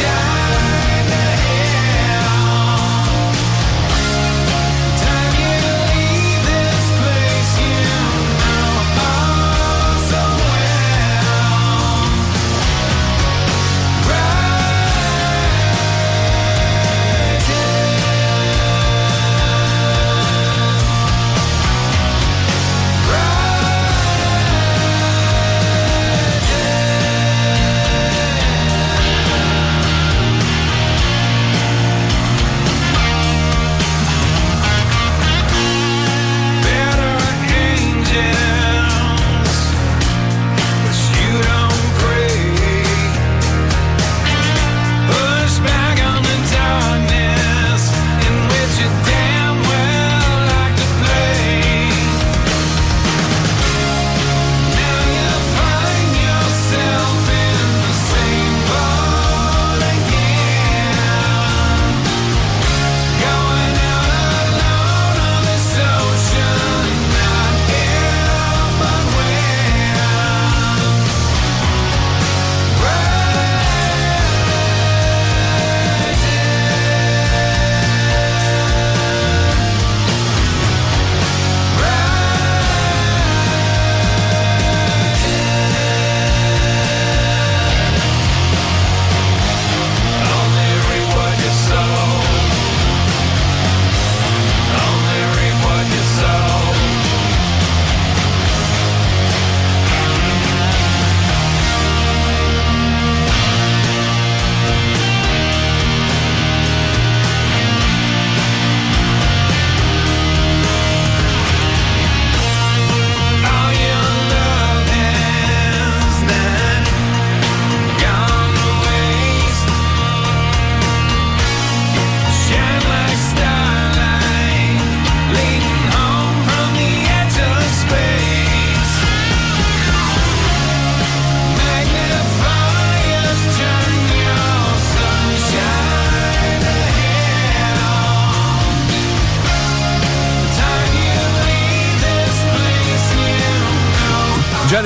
Time you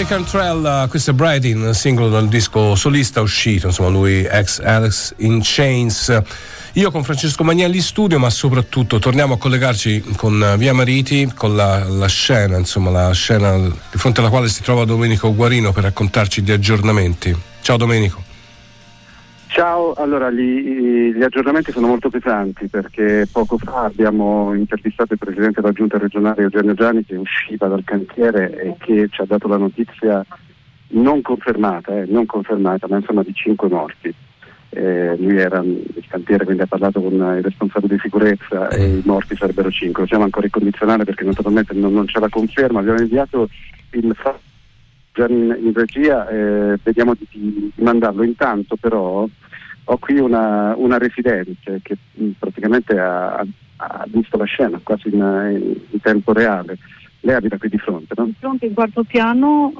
Gary Cantrell, questo è Brighton, singolo dal disco solista uscito, insomma lui ex Alice in Chains. Io con Francesco Magnelli in studio, ma soprattutto torniamo a collegarci con Via Mariti, con la scena, insomma la scena di fronte alla quale si trova Domenico Guarino per raccontarci di aggiornamenti. Ciao Domenico. Ciao, allora gli aggiornamenti sono molto pesanti perché poco fa abbiamo intervistato il presidente della giunta regionale Eugenio Giani, che usciva dal cantiere e che ci ha dato la notizia non confermata, ma insomma di 5 morti. Lui era il cantiere, quindi ha parlato con i responsabili di sicurezza e i morti sarebbero 5. Siamo ancora in condizionale perché naturalmente non c'è la conferma. Abbiamo inviato il in regia, vediamo di mandarlo. Intanto però ho qui una residente che praticamente ha visto la scena quasi in tempo reale. Lei abita qui di fronte, no? Di fronte in quarto piano,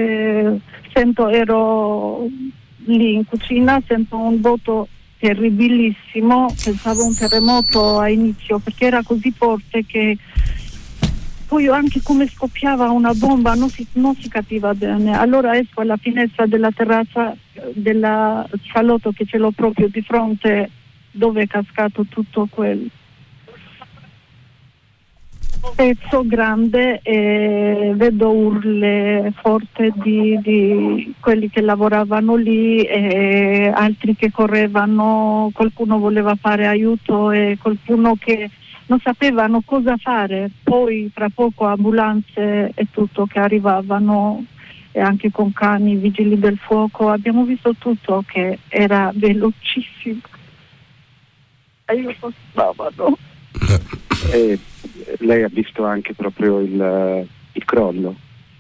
ero lì in cucina, sento un vuoto terribilissimo, pensavo un terremoto a inizio perché era così forte che poi anche come scoppiava una bomba non si capiva bene. Allora esco alla finestra della terrazza del salotto che ce l'ho proprio di fronte, dove è cascato tutto quel pezzo grande, e vedo urle forti di quelli che lavoravano lì e altri che correvano. Qualcuno voleva fare aiuto e qualcuno che non sapevano cosa fare. Poi tra poco ambulanze e tutto che arrivavano, e anche con cani, vigili del fuoco. Abbiamo visto tutto che era velocissimo. Aiuto, stavano. E lei ha visto anche proprio il crollo?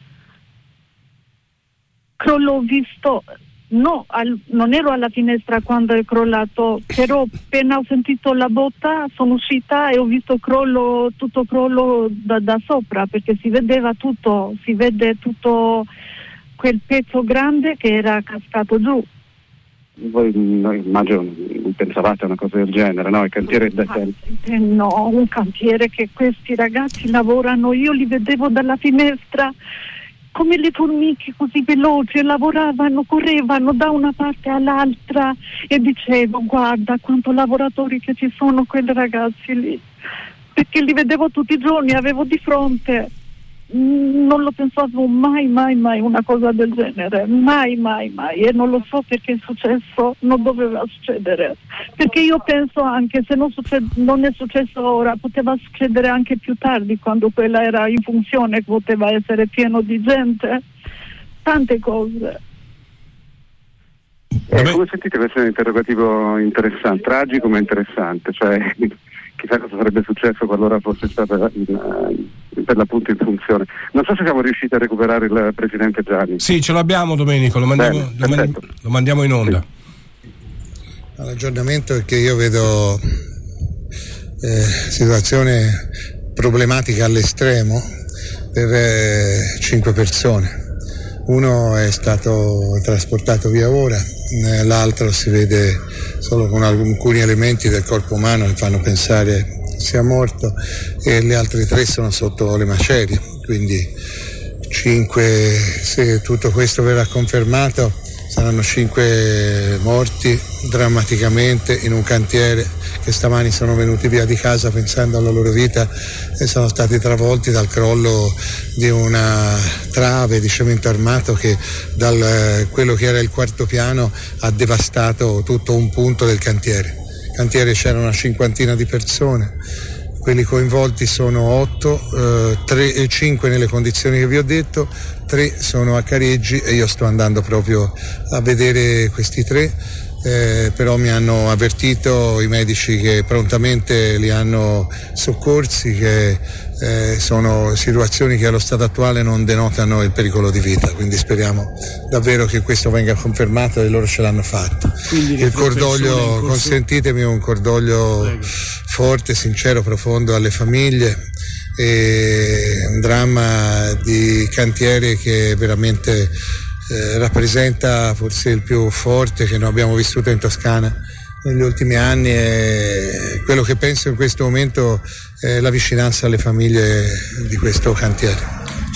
Crollo ho visto, no, non ero alla finestra quando è crollato, però appena ho sentito la botta sono uscita e ho visto tutto crollo da sopra, perché si vedeva tutto, si vede tutto quel pezzo grande che era cascato giù. Voi immagino non pensavate a una cosa del genere, no? Il cantiere da sempre. No, un cantiere che questi ragazzi lavorano, io li vedevo dalla finestra come le formiche, così veloci, lavoravano, correvano da una parte all'altra e dicevo: guarda quanto lavoratori che ci sono quei ragazzi lì, perché li vedevo tutti i giorni, avevo di fronte. Non lo pensavo mai una cosa del genere, mai, e non lo so perché è successo, non doveva succedere, perché io penso anche se non è successo ora, poteva succedere anche più tardi, quando quella era in funzione, poteva essere pieno di gente, tante cose. Come sentite, questo è un interrogativo interessante, tragico ma interessante, cioè chissà cosa sarebbe successo qualora fosse stata per l'appunto in funzione. Non so se siamo riusciti a recuperare il presidente Gianni. Sì, ce l'abbiamo Domenico, lo mandiamo in onda. Sì. L'aggiornamento è che io vedo situazione problematica all'estremo per 5 persone. Uno è stato trasportato via ora, l'altro si vede solo con alcuni elementi del corpo umano che fanno pensare sia morto, e gli altri 3 sono sotto le macerie, quindi 5, se tutto questo verrà confermato, saranno 5 morti drammaticamente in un cantiere che stamani sono venuti via di casa pensando alla loro vita e sono stati travolti dal crollo di una trave di cemento armato che quello che era il quarto piano ha devastato tutto un punto del cantiere. Nel cantiere c'erano una 50ina di persone, quelli coinvolti sono 8, 5 nelle condizioni che vi ho detto, 3 sono a Careggi e io sto andando proprio a vedere questi 3, però mi hanno avvertito i medici che prontamente li hanno soccorsi, che sono situazioni che allo stato attuale non denotano il pericolo di vita, quindi speriamo davvero che questo venga confermato e loro ce l'hanno fatto. Il cordoglio, consentitemi un cordoglio forte, sincero, profondo alle famiglie, e un dramma di cantiere che veramente rappresenta forse il più forte che noi abbiamo vissuto in Toscana negli ultimi anni, e quello che penso in questo momento è la vicinanza alle famiglie di questo cantiere.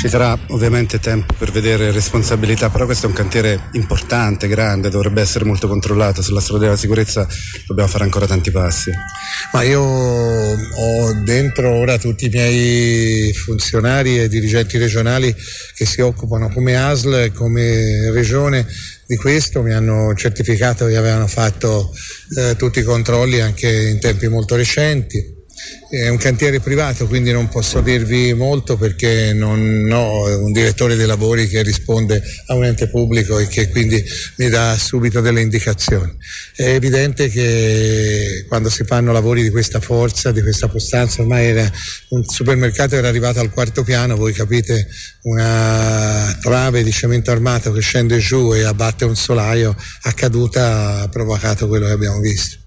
Ci sarà ovviamente tempo per vedere responsabilità, però questo è un cantiere importante, grande, dovrebbe essere molto controllato. Sulla strada della sicurezza dobbiamo fare ancora tanti passi. Ma io ho dentro ora tutti i miei funzionari e dirigenti regionali che si occupano come ASL e come regione di questo, mi hanno certificato che avevano fatto tutti i controlli anche in tempi molto recenti. È un cantiere privato, quindi non posso dirvi molto perché non ho un direttore dei lavori che risponde a un ente pubblico e che quindi mi dà subito delle indicazioni. È evidente che quando si fanno lavori di questa forza, di questa costanza, ormai un supermercato era arrivato al 4º piano, voi capite, una trave di cemento armato che scende giù e abbatte un solaio, caduta ha provocato quello che abbiamo visto.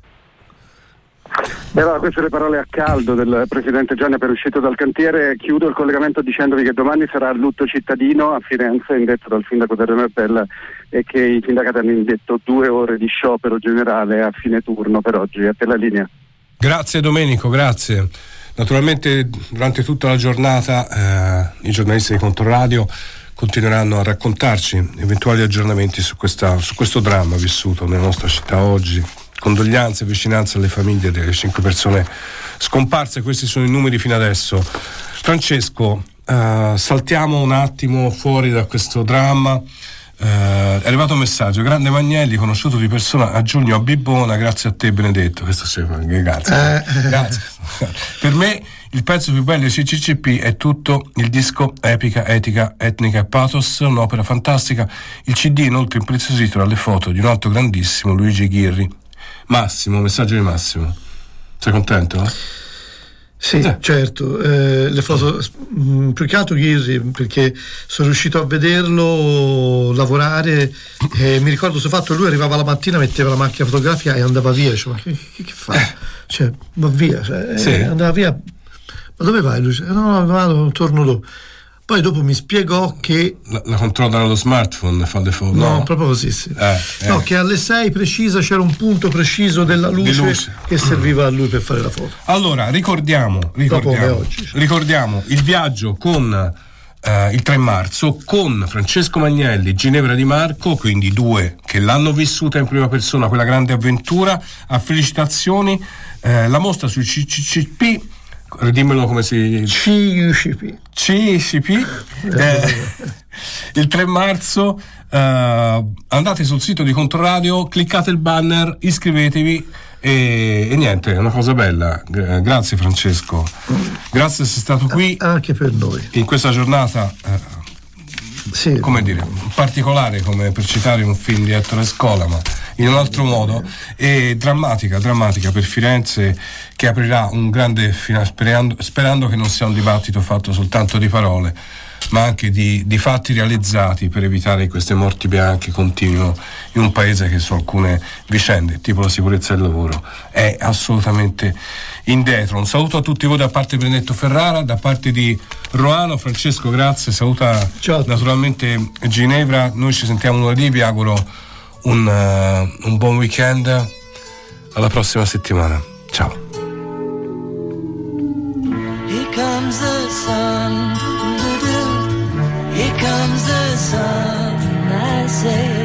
E allora, queste le parole a caldo del presidente Gianni appena uscito dal cantiere. Chiudo il collegamento dicendovi che domani sarà lutto cittadino a Firenze, indetto dal sindaco Dario Nardella, e che i sindacati hanno indetto 2 ore di sciopero generale a fine turno per oggi. A te la linea. Grazie Domenico, grazie. Naturalmente durante tutta la giornata i giornalisti di Controradio continueranno a raccontarci eventuali aggiornamenti su questo dramma vissuto nella nostra città oggi. Condoglianze e vicinanze alle famiglie delle 5 persone scomparse. Questi sono i numeri fino adesso. Francesco, saltiamo un attimo fuori da questo dramma. È arrivato un messaggio: grande Magnelli, conosciuto di persona a giugno a Bibbona, grazie a te Benedetto. Questo grazie. Grazie. Per me il pezzo più bello di CCCP è tutto il disco Epica, Etica, Etnica e Pathos, un'opera fantastica. Il CD inoltre impreziosito dalle foto di un altro grandissimo, Luigi Ghirri. Massimo, messaggio di Massimo. Sei contento? Sì, certo. Le foto, più che altro Ghirri, perché sono riuscito a vederlo lavorare e mi ricordo questo fatto: lui arrivava la mattina, metteva la macchina fotografica e andava via. Cioè, ma che fa? Cioè, va via, sì. Andava via. Ma dove vai? Lui? No, vado, torno dopo. Poi dopo mi spiegò che la controlla dallo smartphone, fa le foto. No, proprio così, sì. No, che alle 6 precisa c'era un punto preciso della luce che serviva a lui per fare la foto. Allora, ricordiamo il viaggio con il 3 marzo con Francesco Magnelli, Ginevra Di Marco, quindi 2 che l'hanno vissuta in prima persona quella grande avventura. A felicitazioni. La mostra sui CCCP, dimmelo come si... CCP il 3 marzo. Andate sul sito di Controradio, cliccate il banner, iscrivetevi e niente, è una cosa bella. Grazie Francesco, grazie di essere stato qui anche per noi in questa giornata sì, come dire, particolare, come per citare un film di Ettore Scola, ma in un altro modo, e drammatica per Firenze, che aprirà un grande sperando che non sia un dibattito fatto soltanto di parole, ma anche di fatti realizzati per evitare che queste morti bianche continuino in un paese che su alcune vicende, tipo la sicurezza del lavoro, è assolutamente indietro. Un saluto a tutti voi da parte di Benedetto Ferrara, da parte di Roano. Francesco, grazie, saluta naturalmente Ginevra. Noi ci sentiamo lunedì, vi auguro un buon weekend, alla prossima settimana, ciao. Here comes the sun, here comes the sun, I say